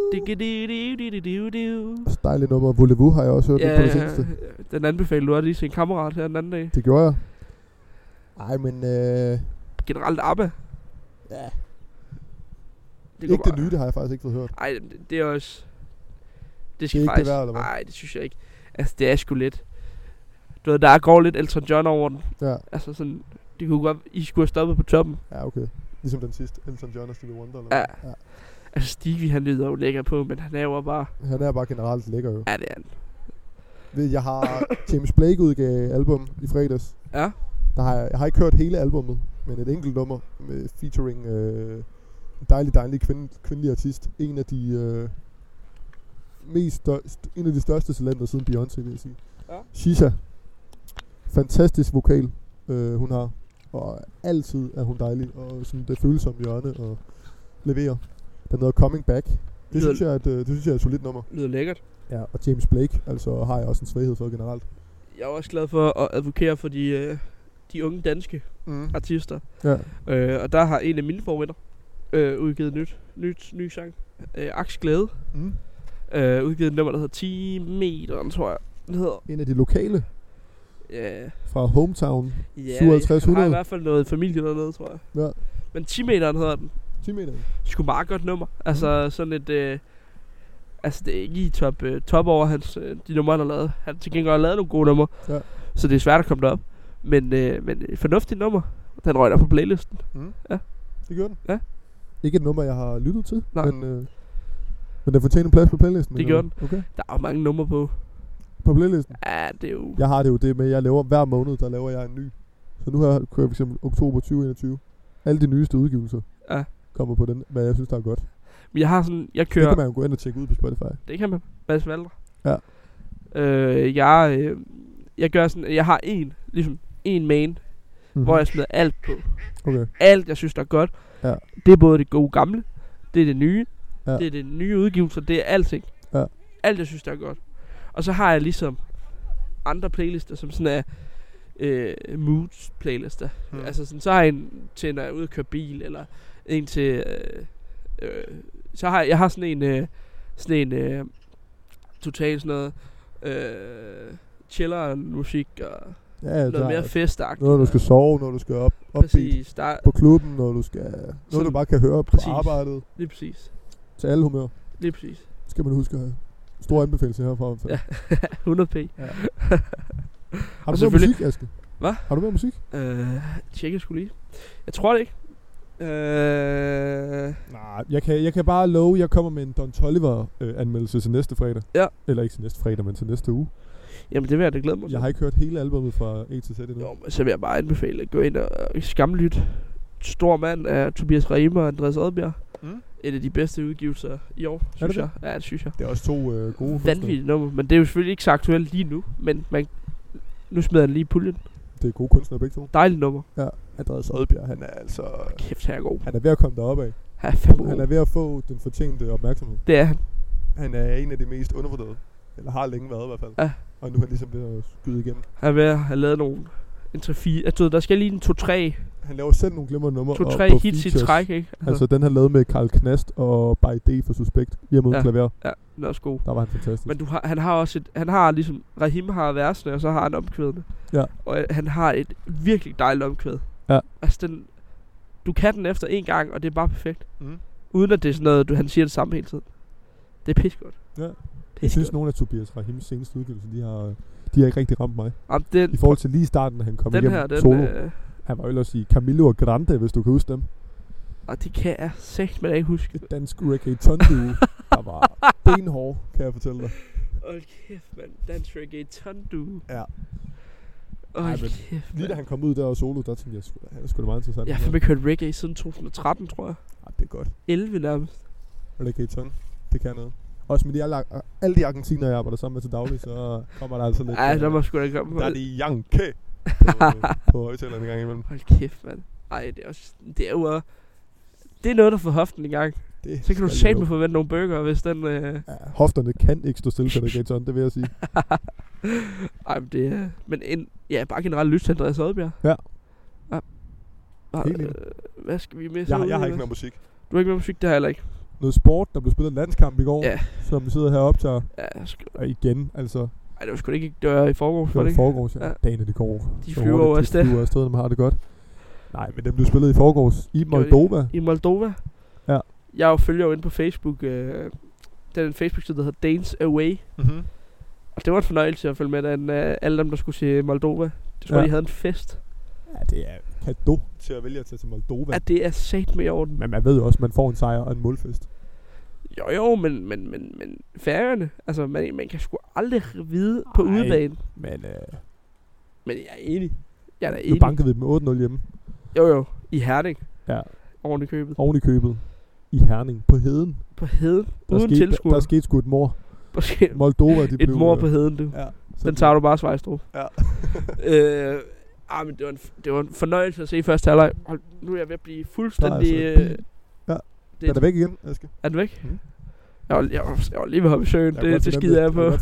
Dejligt nummer. Voulez-vous har jeg også hørt på det seneste. Den anbefaler du også lige til en kammerat her den anden dag. Det gjorde jeg. Ej, men generelt Abba. Ja. Ikke det nye, det har jeg faktisk ikke fået hørt. Ej, det er også. Det skal det er faktisk. Ikke det værd, eller hvad? Nej, det synes jeg ikke. Altså, det er sgu lidt. Du ved, der går lidt Elton John over den. Ja. Altså sådan, det kunne godt, I skulle have stoppet på toppen. Ja, okay. Ligesom den sidste, Elton John og Stevie Wonder. Eller ja. Altså Stevie, han lyder jo lækker på, men han er jo bare. Han er bare generelt lækker jo. Ja, det er han. Jeg har James Blake udgav album i fredags. Ja. Jeg har ikke hørt hele albummet, men et enkelt nummer med featuring en dejlig kvindelig artist. En af de en af de største talenter siden Beyoncé, vil jeg sige. Ja. Shisha. Fantastisk vokal hun har, og altid er hun dejlig, og sådan det følsomme hjørne og leverer. Den hedder Coming Back. Det synes jeg er et solidt nummer. Lyder lækkert. Ja, og James Blake, altså har jeg også en svaghed for generelt. Jeg er også glad for at advokere for de unge danske artister. Ja. Og der har en af mine favoritter udgivet ny sang. Aks Glæde. Udgivet et nummer, der hedder 10 meter, tror jeg. Den hedder. En af de lokale. Ja. Fra Hometown. Ja, 5700. har i hvert fald noget familie dernede, tror jeg. Ja. Men 10 meteren hedder den. 10 meter. Sgu meget godt nummer. Altså sådan et. Altså det er ikke i top over hans de numre, han har lavet. Han til gengæld har lavet nogle gode numre. Ja. Så det er svært at komme derop. Men et fornuftigt nummer. Den røg der på playlisten. Ja. Det gjorde den. Ja. Ikke et nummer, jeg har lyttet til. Nej. Men den fortjener en plads på playlisten. Det gjorde den. Okay. Der er jo mange numre på playlisten. Ja, det er jo. Jeg har det jo det med, jeg laver hver måned, der laver jeg en ny. Så nu kører jeg for eksempel oktober 2021. Alle de nyeste udgivelser kommer på den, hvad jeg synes, der er godt. Men jeg har sådan, jeg kører. Det kan man jo gå ind og tjekke ud på Spotify. Det kan man. Mads Valder. Ja. Jeg gør sådan, jeg har en main, hvor jeg smider alt på. Okay. Alt, jeg synes, der er godt. Ja. Det er både det gode gamle, det er det nye, det er det nye udgivelser, det er alting. Ja. Alt, jeg synes, der er godt. Og så har jeg ligesom andre playlister, som sådan er moods playlister. Altså sådan, så har jeg en til, når jeg er ude og køre bil, eller en til så har jeg har sådan en totalt sådan noget chiller musik og noget mere festagtigt. Når du skal sove, når du skal op præcis, på klubben, når du skal noget du bare kan høre på arbejdet. Lige præcis. Til alle humør. Lige præcis. Skal man huske at have stor anbefalelse herfra. Ja, 100p. Ja. Har du mere musik, Aske? Hvad? Har du mere musik? Tjekker sgu lige. Jeg tror det ikke. Nej, jeg kan bare love, jeg kommer med en Don Toliver anmeldelse til næste fredag. Ja. Eller ikke til næste fredag, men til næste uge. Jamen det vil jeg da glæde mig til. Jeg har ikke hørt hele albumet fra A til Z endnu. Jo, men så vil jeg bare anbefale at gå ind og skamlytte. Stor mand af Tobias Rahim og Andreas Odbjerg. Et af de bedste udgivelser i år, synes jeg. Ja, det synes jeg. Det er også 2 gode vanvittige nummer, men det er jo selvfølgelig ikke så aktuelt lige nu. Men nu smider han lige i puljen. Det er gode kunstnere begge to. Dejligt nummer. Ja, Andreas Odbjerg, han er altså... Kæft, han er god. Han er ved at komme derop af. Han er ved at få den fortjente opmærksomhed. Det er han. Han er en af de mest undervurderede. Eller har længe været i hvert fald. Ja. Og nu er han ligesom ved at skyde igennem. Han er ved at have lavet nogle... En 3-4... der skal lige en 2-3... Han laver selv nogle glimrende numre. 2-3 hits i træk, ikke? Altså den har lavet med Karl Knast og By D for Suspekt. Hjemme uden klaver. Ja, den er også god. Der var han fantastisk. Men han har også han har ligesom... Rahim har versene, og så har han omkvædene. Ja. Og han har et virkelig dejligt omkvæd. Ja. Altså du kan den efter en gang, og det er bare perfekt. Uden at det er sådan noget, han siger det samme hele tiden. Det er pissegodt. Ja. Jeg synes, nogle af Tobias Rahims seneste udgivelser, de har ikke rigtig ramt mig. I forhold til lige starten, da han kom igennem solo. Han var jo også i Camilo og Grande, hvis du kan huske dem. Og det kan jeg sagt, men jeg ikke huske. Et dansk reggaeton-duo, der var benhård, kan jeg fortælle dig. Hold kæft, mand. Dansk reggaeton-duo. Ja. Hold kæft, mand. Lige da han kom ud der og solo, der tænkte jeg, han er sgu da meget interessant. Jeg har ikke hørt reggae siden 2013, tror jeg. Ja, det er godt. 11 nærmest. Reggaeton, det kan noget. Også med alle de argentiner, jeg arbejder sammen med til daglig, så kommer der altså lidt... Ej, der må sgu da komme. Der er de Yankee på højtalerne en gang imellem. Hold kæft, mand. Ej, det er jo... Det er noget, der får hoften i gang. Så kan du satme forvente nogle burger, hvis den... Ja, hofterne kan ikke stå stille til reggaeton, det vil jeg sige. Ej, men det er... Men bare generelt lyst til Andreas Odbjerg. Ja. Hvad skal vi med? Jeg har ikke mere musik. Du har ikke mere musik, det har jeg heller ikke. Noget sport, der blev spillet landskamp i går, som vi sidder her og optager. Ja, og igen, altså... Ej, det var sgu ikke... Det var i forgårs, det var i forgårs, ja. Dagen det går. De flyver over afsted. De flyver afsted, når man har det godt. Nej, men det blev spillet i forgårs i Moldova. I Moldova? Ja. Jeg følger jo inde på Facebook. Den Facebook-side, der hedder Danes Away. Og det var en fornøjelse at følge med den, alle dem, der skulle se Moldova. Det tror jeg, de havde en fest. Ja, det er kado til at vælge at tage til Moldova. Ja, det er sat med i orden. Men man ved jo også, at man får en sejr og en målfest. Jo, men Færøerne, altså man kan sgu aldrig vide på udebane. Men jeg er enig. Jeg er da enig. Nu bankede vi dem 8-0 hjemme. Jo, i Herning. Ja. Oven i købet. I Herning. På heden. Uden tilskuer. Der skete sgu et mor. Moldova, de et mor på heden, du. Ja. Den tager du bare Svejstrup. Ja. Men det var en fornøjelse at se første halvleg. Nu er jeg ved at blive fuldstændig... Ja. Er det væk igen, Aske? Er det væk? Jeg var lige ved at hoppe i søen. Det skider jeg på.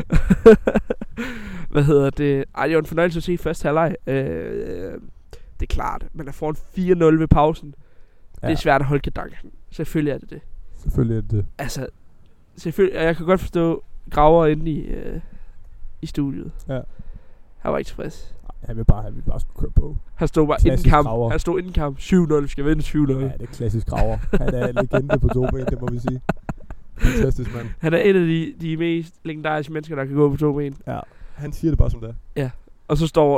Hvad hedder det? Ej, det var en fornøjelse at se første halvleg. Det er klart. Man er foran 4-0 ved pausen. Ja. Det er svært at holde kadanken. Selvfølgelig er det. Selvfølgelig er det. Altså, selvfølgelig. Jeg kan godt forstå Graver inde i studiet. Ja. Han var ikke tilfreds. Han vil bare skulle køre på. Han stod bare inden kamp. Han stod inden kamp. 7-0. Skal vinde 7-0. Ja, det er klassisk Graver. Han er legende på 2 ben, det må vi sige. Fantastisk mand. Han er en af de mest legendariske mennesker, der kan gå på 2 ben. Ja, han siger det bare som det er. Ja, og så står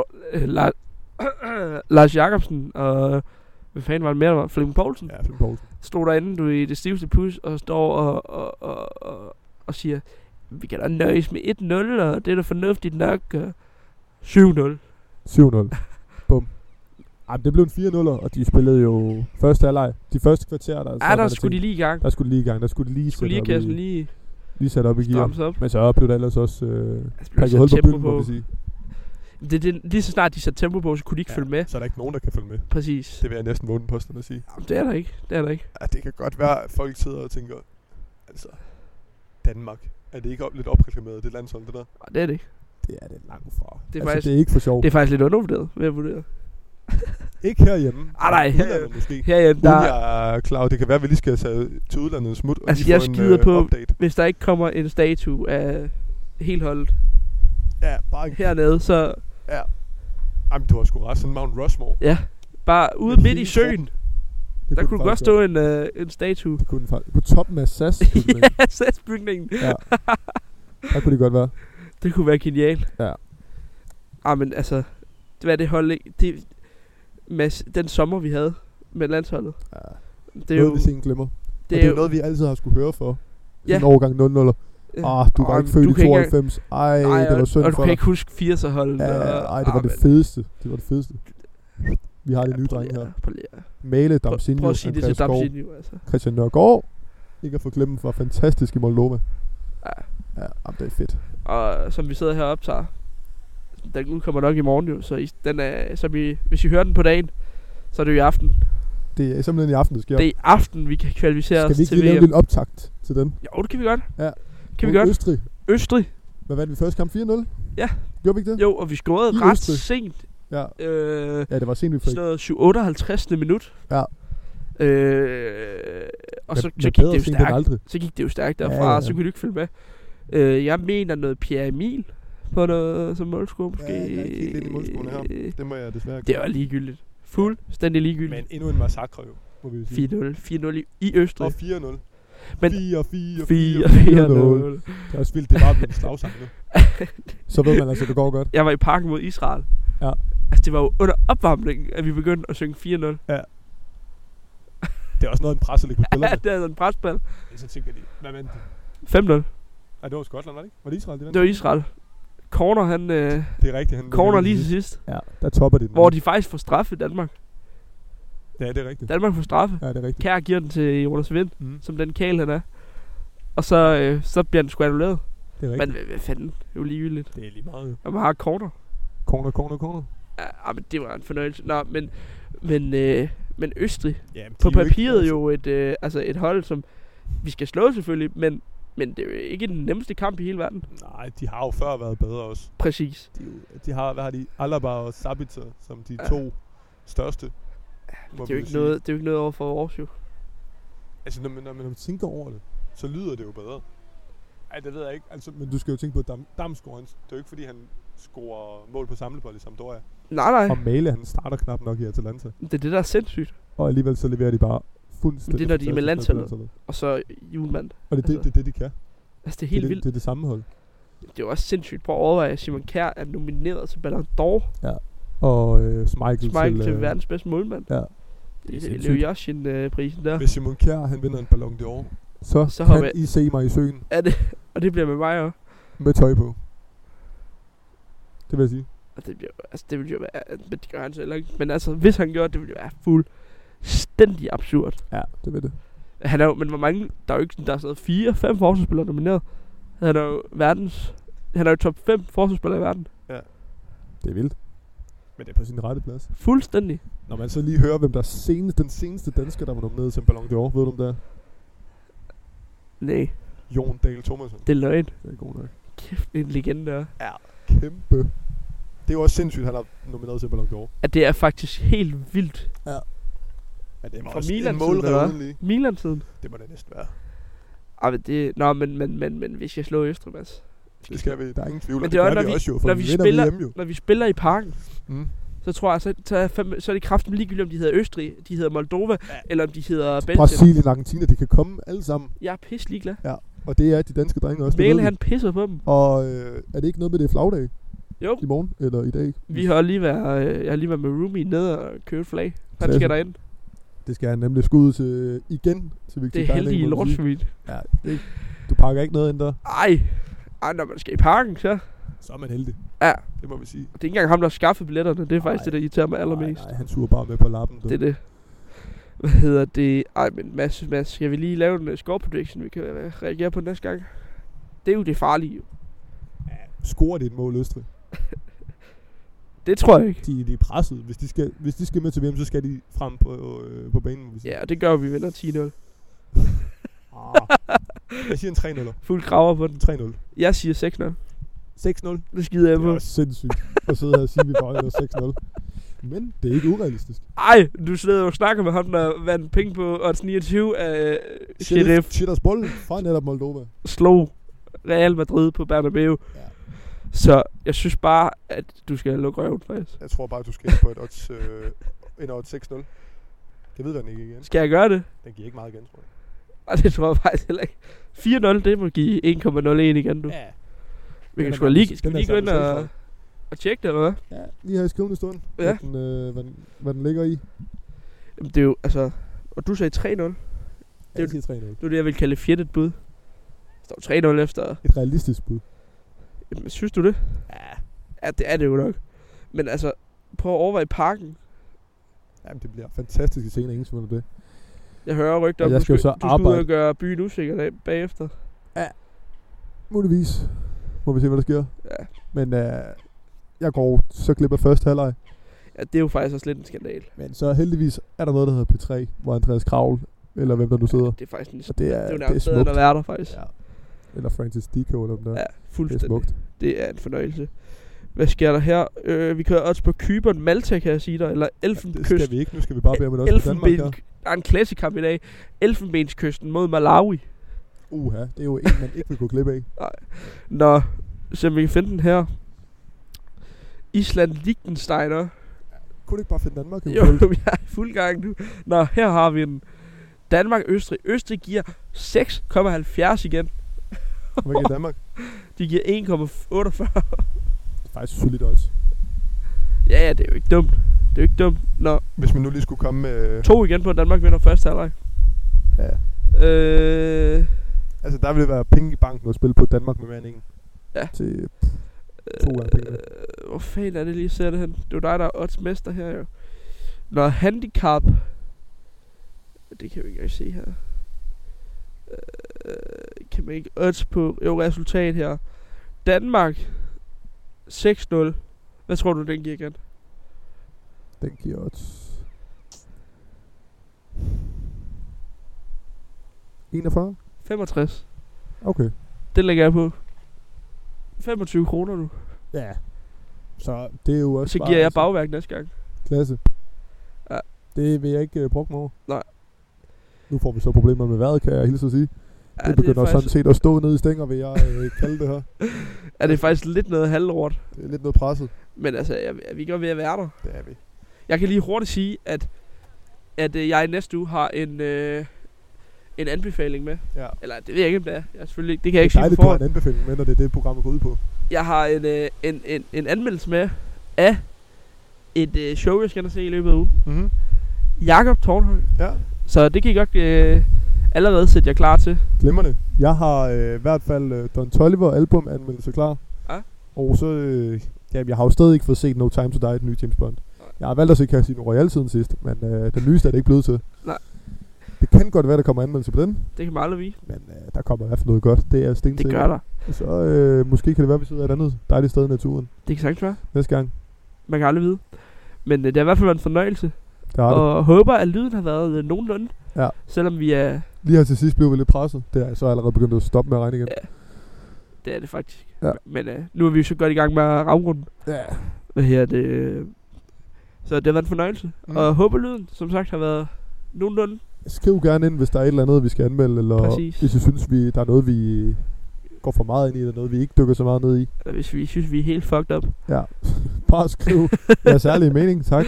Lars Jacobsen og... Hvad fanden var det mere, der var? Flemming Poulsen? Ja, Flemming Poulsen. Stod derinde, i det stiveste pus, og står og siger, vi kan da nøjes med 1-0, og det er da fornuftigt nok. 7-0. 7-0. Bum. Ej, det blev en 4-0, og de spillede jo første halvleg. De første kvarter, der skulle de lige i gang. Der skulle de lige sætte op i gear. Men så blev der ellers også pakket hul på byen, må vi sige. Lige så snart de satte tempo på, så kunne de ikke følge med. Så er der ikke nogen, der kan følge med. Præcis. Det vil jeg næsten vågne posten at sige. Jamen, det er der ikke. Ja, det kan godt være, at folk sidder og tænker, altså, Danmark, er det ikke lidt opreklameret, det landshold, det der? Nej, det er det ikke. Det er det langt fra. Det er, faktisk, det er ikke for sjov. Det er faktisk lidt undervurderet, vil jeg vurdere. Ikke herhjemme. Nej, herhjemme, der... Jeg er klar, det kan være, at vi lige skal tage til udlandet smut, og altså, lige jeg få skider på, update. Hvis der ikke kommer en statue af helt holdet bare hernede, så... Ja. Jamen, du har sgu ret, sådan Mount Rushmore. Ja, bare ude midt i søen. Der kunne godt stå en statue. Det kunne den faktisk. På toppen af SAS-bygningen. Ja, SAS-bygningen. Ja. Der kunne det godt være. Det kunne være genialt. Ja. Men altså, det var det hold, den sommer vi havde med landsholdet. Ja. Det er noget, vi sen glemmer. Det er jo noget, vi altid har skulle høre for. Ja. En årgang 0-0'er. Du var ikke født i 92. Ej, det var synd for og du kan ikke huske 80'er-holdet. Ej, det var det fedeste. Det var det fedeste. Vi har det nye drenge her. Male, Damsinho, prøv at sige det til Damsinho, altså. Christian Nørgaard. Ikke at få glemt, var fantastisk i Moldova. Ja, det er fedt. Og som vi sidder her og optager, den udkommer nok i morgen jo, så hvis I hører den på dagen, så er det jo i aften. Det er simpelthen i aften, det sker. Det er i aften, vi kan kvalificere os til VM. Skal vi ikke lave en optakt til den? Jo, det kan vi godt. Ja. Kan vi godt. Østrig. Hvad vandt vi første kamp? 4-0? Ja. Gjorde vi ikke det? Jo, og vi scorede ret sent. Ja. Det var sent, vi fik. Sådan 58. minut. Ja. Og så gik det jo stærkt. Så gik det jo stærkt derfra, og så kunne du ikke følge med. Jeg mener noget Pierre Emil på noget som målscore måske. Ja, jeg er ikke helt ind i målscorene her. Det må jeg desværre. Det var ligegyldigt. Fuldstændig ligegyldigt. Men endnu en massakre jo, må vi sige. 4-0 i Østrig. Og 4-0. Men 4-4-4-0. Det er også vildt, det var en slagsang nu. Så ved man altså, det går godt. Jeg var i parken mod Israel. Ja. Altså det var jo under opvarmningen, at vi begyndte at synge 4-0. Ja. Det er også noget en presse, der kunne spille. Ja, det er en presspil. Så tænker de, hvad vandt de? 5-0. Nej, det var Skotland, var det ikke? Var det Israel, de vandt? Det var Israel. Corner, han... det er rigtigt. Corner lige til sidst. Ja, der topper de den. Hvor de faktisk får straffe i Danmark. Ja, det er rigtigt. Danmark får straffe. Ja, det er rigtigt. Kjær giver den til Jonas Vind, som den kæl han er. Og så bliver den sgu annulleret. Det er rigtigt. Men hvad fanden? Det er jo ligegyldigt. Det er lige meget. Og man har corner. Corner. Ja, men det var en fornøjelse. Nå, men Østrig. Ja, på papiret jo et hold, som vi skal slå selvfølgelig, men det er jo ikke den nemmeste kamp i hele verden. Nej, de har jo før været bedre også. Præcis. De har, hvad har de? Alaba og Sabitzer som de to største. Det er jo ikke noget over for vores jo. Altså, når man tænker over det, så lyder det jo bedre. Ej, det ved jeg ikke. Altså, men du skal jo tænke på, at Damsgaard, det er jo ikke fordi, han scorer mål på samlebold i Sampdoria. Nej. Og Male, han starter knap nok i Atalanta. Det er det, der er sindssygt. Og alligevel så leverer de bare fuldstændig. Det er, når de er med landsholdet. Og så Julemand. Og det er det, de kan. Altså, det er helt vildt. Det er det samme hold. Det er jo også sindssygt. Prøv at overveje, at Simon Kjær er nomineret til Ballon d'Or. Ja. Og Schmeichel til verdens bedste målmand. Ja. Det er Leo Yashin-prisen der. Hvis Simon Kjær, han vinder en Ballon d'Or, så kan I se mig i søen. Er det? Og det bliver med mig også. Med tøj på. Det vil jeg sige. Og det vil jo være, men det gør han så heller ikke. Men altså, hvis han gjorde det, ville det være fuldstændig absurd. Ja, det vil det. Han er jo, men hvor mange, der er jo ikke, der er sådan 4-5 forsvarsspillere nomineret. Han er jo top 5 forsvarsspillere i verden. Ja. Det er vildt. Men det er på sin rette plads. Fuldstændig. Når man så lige hører, hvem der er den seneste dansker, der var nomineret til en Ballon d'Or, ved du om det er? Nej. Jon Dahl Thomasen. Det er løgn. Det er god nok. Kæft, en legende der. Ja, kæmpe. Det er jo også sindssygt, han har nomineret til Ballon d'Or. At det er faktisk helt vildt. Ja. Men det var fra Milan-tiden, Milan-tiden. Det må det næsten være. Ej, men det... Nå, men vi skal slå Østrig, Mads. Det skal vi. Der er ingen tvivl. Men det er også, når vi spiller i parken, så tror jeg, så er det kraften ligegyldigt, om de hedder Østrig, de hedder Moldova, eller om de hedder Belgien. Brasilien og Argentina, de kan komme alle sammen. Jeg er pisse ligeglad. Ja, og det er de danske drenge også. Mæle, han pisser på dem. Og er det ikke noget med det flagdag? Jo. I morgen, eller i dag? Jeg har lige været med Rumi nede og købe flag. Han skal derind. Det skal han nemlig skud til igen. Til Victor det er heldige lortsvigt. Ja, du pakker ikke noget ind der? Ej, når man skal i parken, så er man heldig. Ja. Det må vi sige. Det er ikke engang ham, der skaffede billetterne. Det er faktisk det, der irriterer mig allermest. Nej, han suger bare med på lappen. Det er det. Hvad hedder det? Ej, men Mads, skal vi lige lave en score prediction, vi kan reagere på næste gang? Det er jo det farlige, jo. Ja, scorer det et mål, Østrig? Det tror jeg ikke. De er presset. Hvis de skal med til VM, så skal de frem på banen. Ja, det gør vi vinder 10-0. Jeg siger en 3-0. Fuld graver på den. 3-0. Jeg siger 6-0. 6-0? Det skider jeg på. Det er sindssygt at sidde her og sige, at vi bare vinder 6-0. Men det er ikke urealistisk. Ej, du sidder jo og snakker med ham, der vandt penge på odds 29 af Sheriff. Sheriffs bold fra netop Moldova. Slog Real Madrid på Bernabeu. Ja. Så jeg synes bare, at du skal lukke røven, faktisk. Jeg tror bare, at du skal på et odds, en odds 6-0. Det ved den ikke igen. Skal jeg gøre det? Den giver ikke meget igen, tror jeg. Og det tror jeg faktisk heller ikke. 4-0, det må give 1,01 igen, du. Ja. Vi kan sgu lige gå ind og tjekke det, eller hvad? Ja, lige her i skrivende stund, hvad den ligger i. Jamen, det er jo, altså... Og du sagde 3-0. Det er jo 3-0. Det er det, jeg vil kalde et fjertet bud. Der står 3-0 efter... Et realistisk bud. Jamen, synes du det? Ja, det er det jo nok. Men altså, prøv at overveje Parken. Jamen, det bliver fantastiske scener, ingen tvivl om det. Jeg hører rygter om, du skal ud og gøre byen usikker bagefter. Ja, muligvis. Må vi se, hvad der sker. Ja. Men jeg går så glip af første halvleg. Ja, det er jo faktisk også lidt en skandal. Men så heldigvis er der noget, der hedder P3, hvor Andreas Kravl, eller hvem der nu sidder. Ja, det er faktisk en, det er jo nærmest bedre end at være der, faktisk. Ja. Eller Francis Dico, eller dem der. Ja, fuldstændig. Det er smukt. Det er en fornøjelse. Hvad sker der her? Vi kører også på Cypern, Malta, kan jeg sige dig. Eller Elfenkysten. Det skal vi ikke. Nu skal vi bare bede om det også på Danmark her. Der er en klassekamp i dag. Elfenbenskysten mod Malawi. Det er jo en, man ikke vil gå glip af. Nej. Nå, så vi kan finde den her. Island Liechtensteiner. Kunne du ikke bare finde Danmark? Jo, vi er i fuld gang nu. Nå, her har vi den. Danmark, Østrig. Østrig giver 6,70 igen. Hvad giver Danmark? De giver 1,48. Det er faktisk solidt også. Ja, det er jo ikke dumt. Det er jo ikke dumt. Nå. Hvis man nu lige skulle komme med... 2 igen på, Danmark vinder første halvleg. Ja. Altså, der vil det være penge i banken at spille på Danmark med vandingen. Ja. Til 2 gange penge. Hvor fanden er det lige, ser det hen? Det er jo dig, der er oddsmester her, jo. Nå, handicap. Det kan vi ikke se her. Kan man ikke odds på? Jo, resultat her. Danmark 6-0. Hvad tror du, den giver igen? Den giver odds 41? 65. Okay. Det lægger jeg på. 25 kroner nu. Ja. Så det er jo også... Så giver jeg bagværk næste gang. Klasse. Ja. Det vil jeg ikke bruge mig over. Nej. Nu får vi så problemer med vejret, kan jeg hilse at sige. Ja, det begynder det sådan set at stå nede i stænger, vil jeg kalde det her. Ja, det er faktisk lidt noget halvrort. Det er lidt noget presset. Men altså, vi gør ved at være der. Det er vi. Jeg kan lige hurtigt sige, at jeg i næste uge har en anbefaling med. Ja. Eller det ved jeg ikke, om det er. Jeg selvfølgelig ikke. Det kan jeg ikke sige på forhånd. Det er dejligt, du har en anbefaling med, når det er det, programmet går ud på. Jeg har en anmeldelse med af et show, jeg skal ind se i løbet af ugen. Mm-hmm. Jakob Tornhøj. Ja. Så det kan I godt allerede sætte jer klar til. Glimrende. Jeg har i hvert fald Don Toliver album anmeldelse klar. Ja. Og så, jeg har jo stadig ikke fået set No Time to Die, den nye James Bond. Nej. Jeg har valgt at se Casino Royale siden sidst, men den nyeste er det ikke blevet til. Nej. Det kan godt være, der kommer anmeldelse på den. Det kan man aldrig vide. Men der kommer i hvert fald noget godt. Det er stensikkert. Det gør der. Og så måske kan det være, at vi sidder et andet dejligt sted i naturen. Det kan sagtens være. Næste gang. Man kan aldrig vide. Men det har i hvert fald været en fornøjelse. Og håber, at lyden har været nogenlunde. Ja. Selvom vi er... Lige her til sidst blev vi lidt presset. Det er så allerede begyndt at stoppe med at regne igen. Ja. Det er det faktisk. Ja. Men nu er vi jo så godt i gang med at ramrunde. Ja. Hvad her det... Så det har været en fornøjelse. Og håber lyden, som sagt, har været nogenlunde. Skriv gerne ind, hvis der er et eller andet, vi skal anmelde. Eller præcis. Hvis I synes, der er noget, vi går for meget ind i, eller noget, vi ikke dykker så meget ned i. Eller hvis vi synes, vi er helt fucked up. Ja. Bare skriv jeres særlige mening, tak.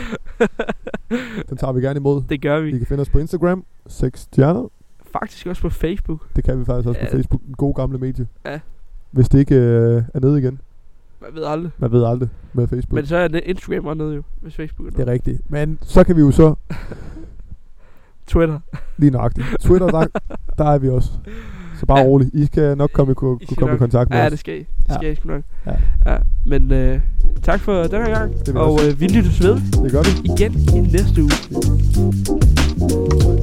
Den tager vi gerne imod. Det gør vi. I kan finde os på Instagram, 6 stjerner. Faktisk også på Facebook. Det kan vi faktisk også på Facebook. En god gamle medie. Ja. Hvis det ikke er nede igen. Man ved aldrig med Facebook. Men så er det Instagram også nede jo, hvis Facebook er nede. Det er rigtigt. Men så kan vi jo så... Twitter. Lige nøjagtigt. Twitter, der er vi også. Så bare roligt. I skal nok kunne komme i kontakt med os. Ja, det skal I. Det skal I sgu nok. Ja. Men tak for denne gang. Og vi lyttes ved. Det gør vi. Igen i næste uge.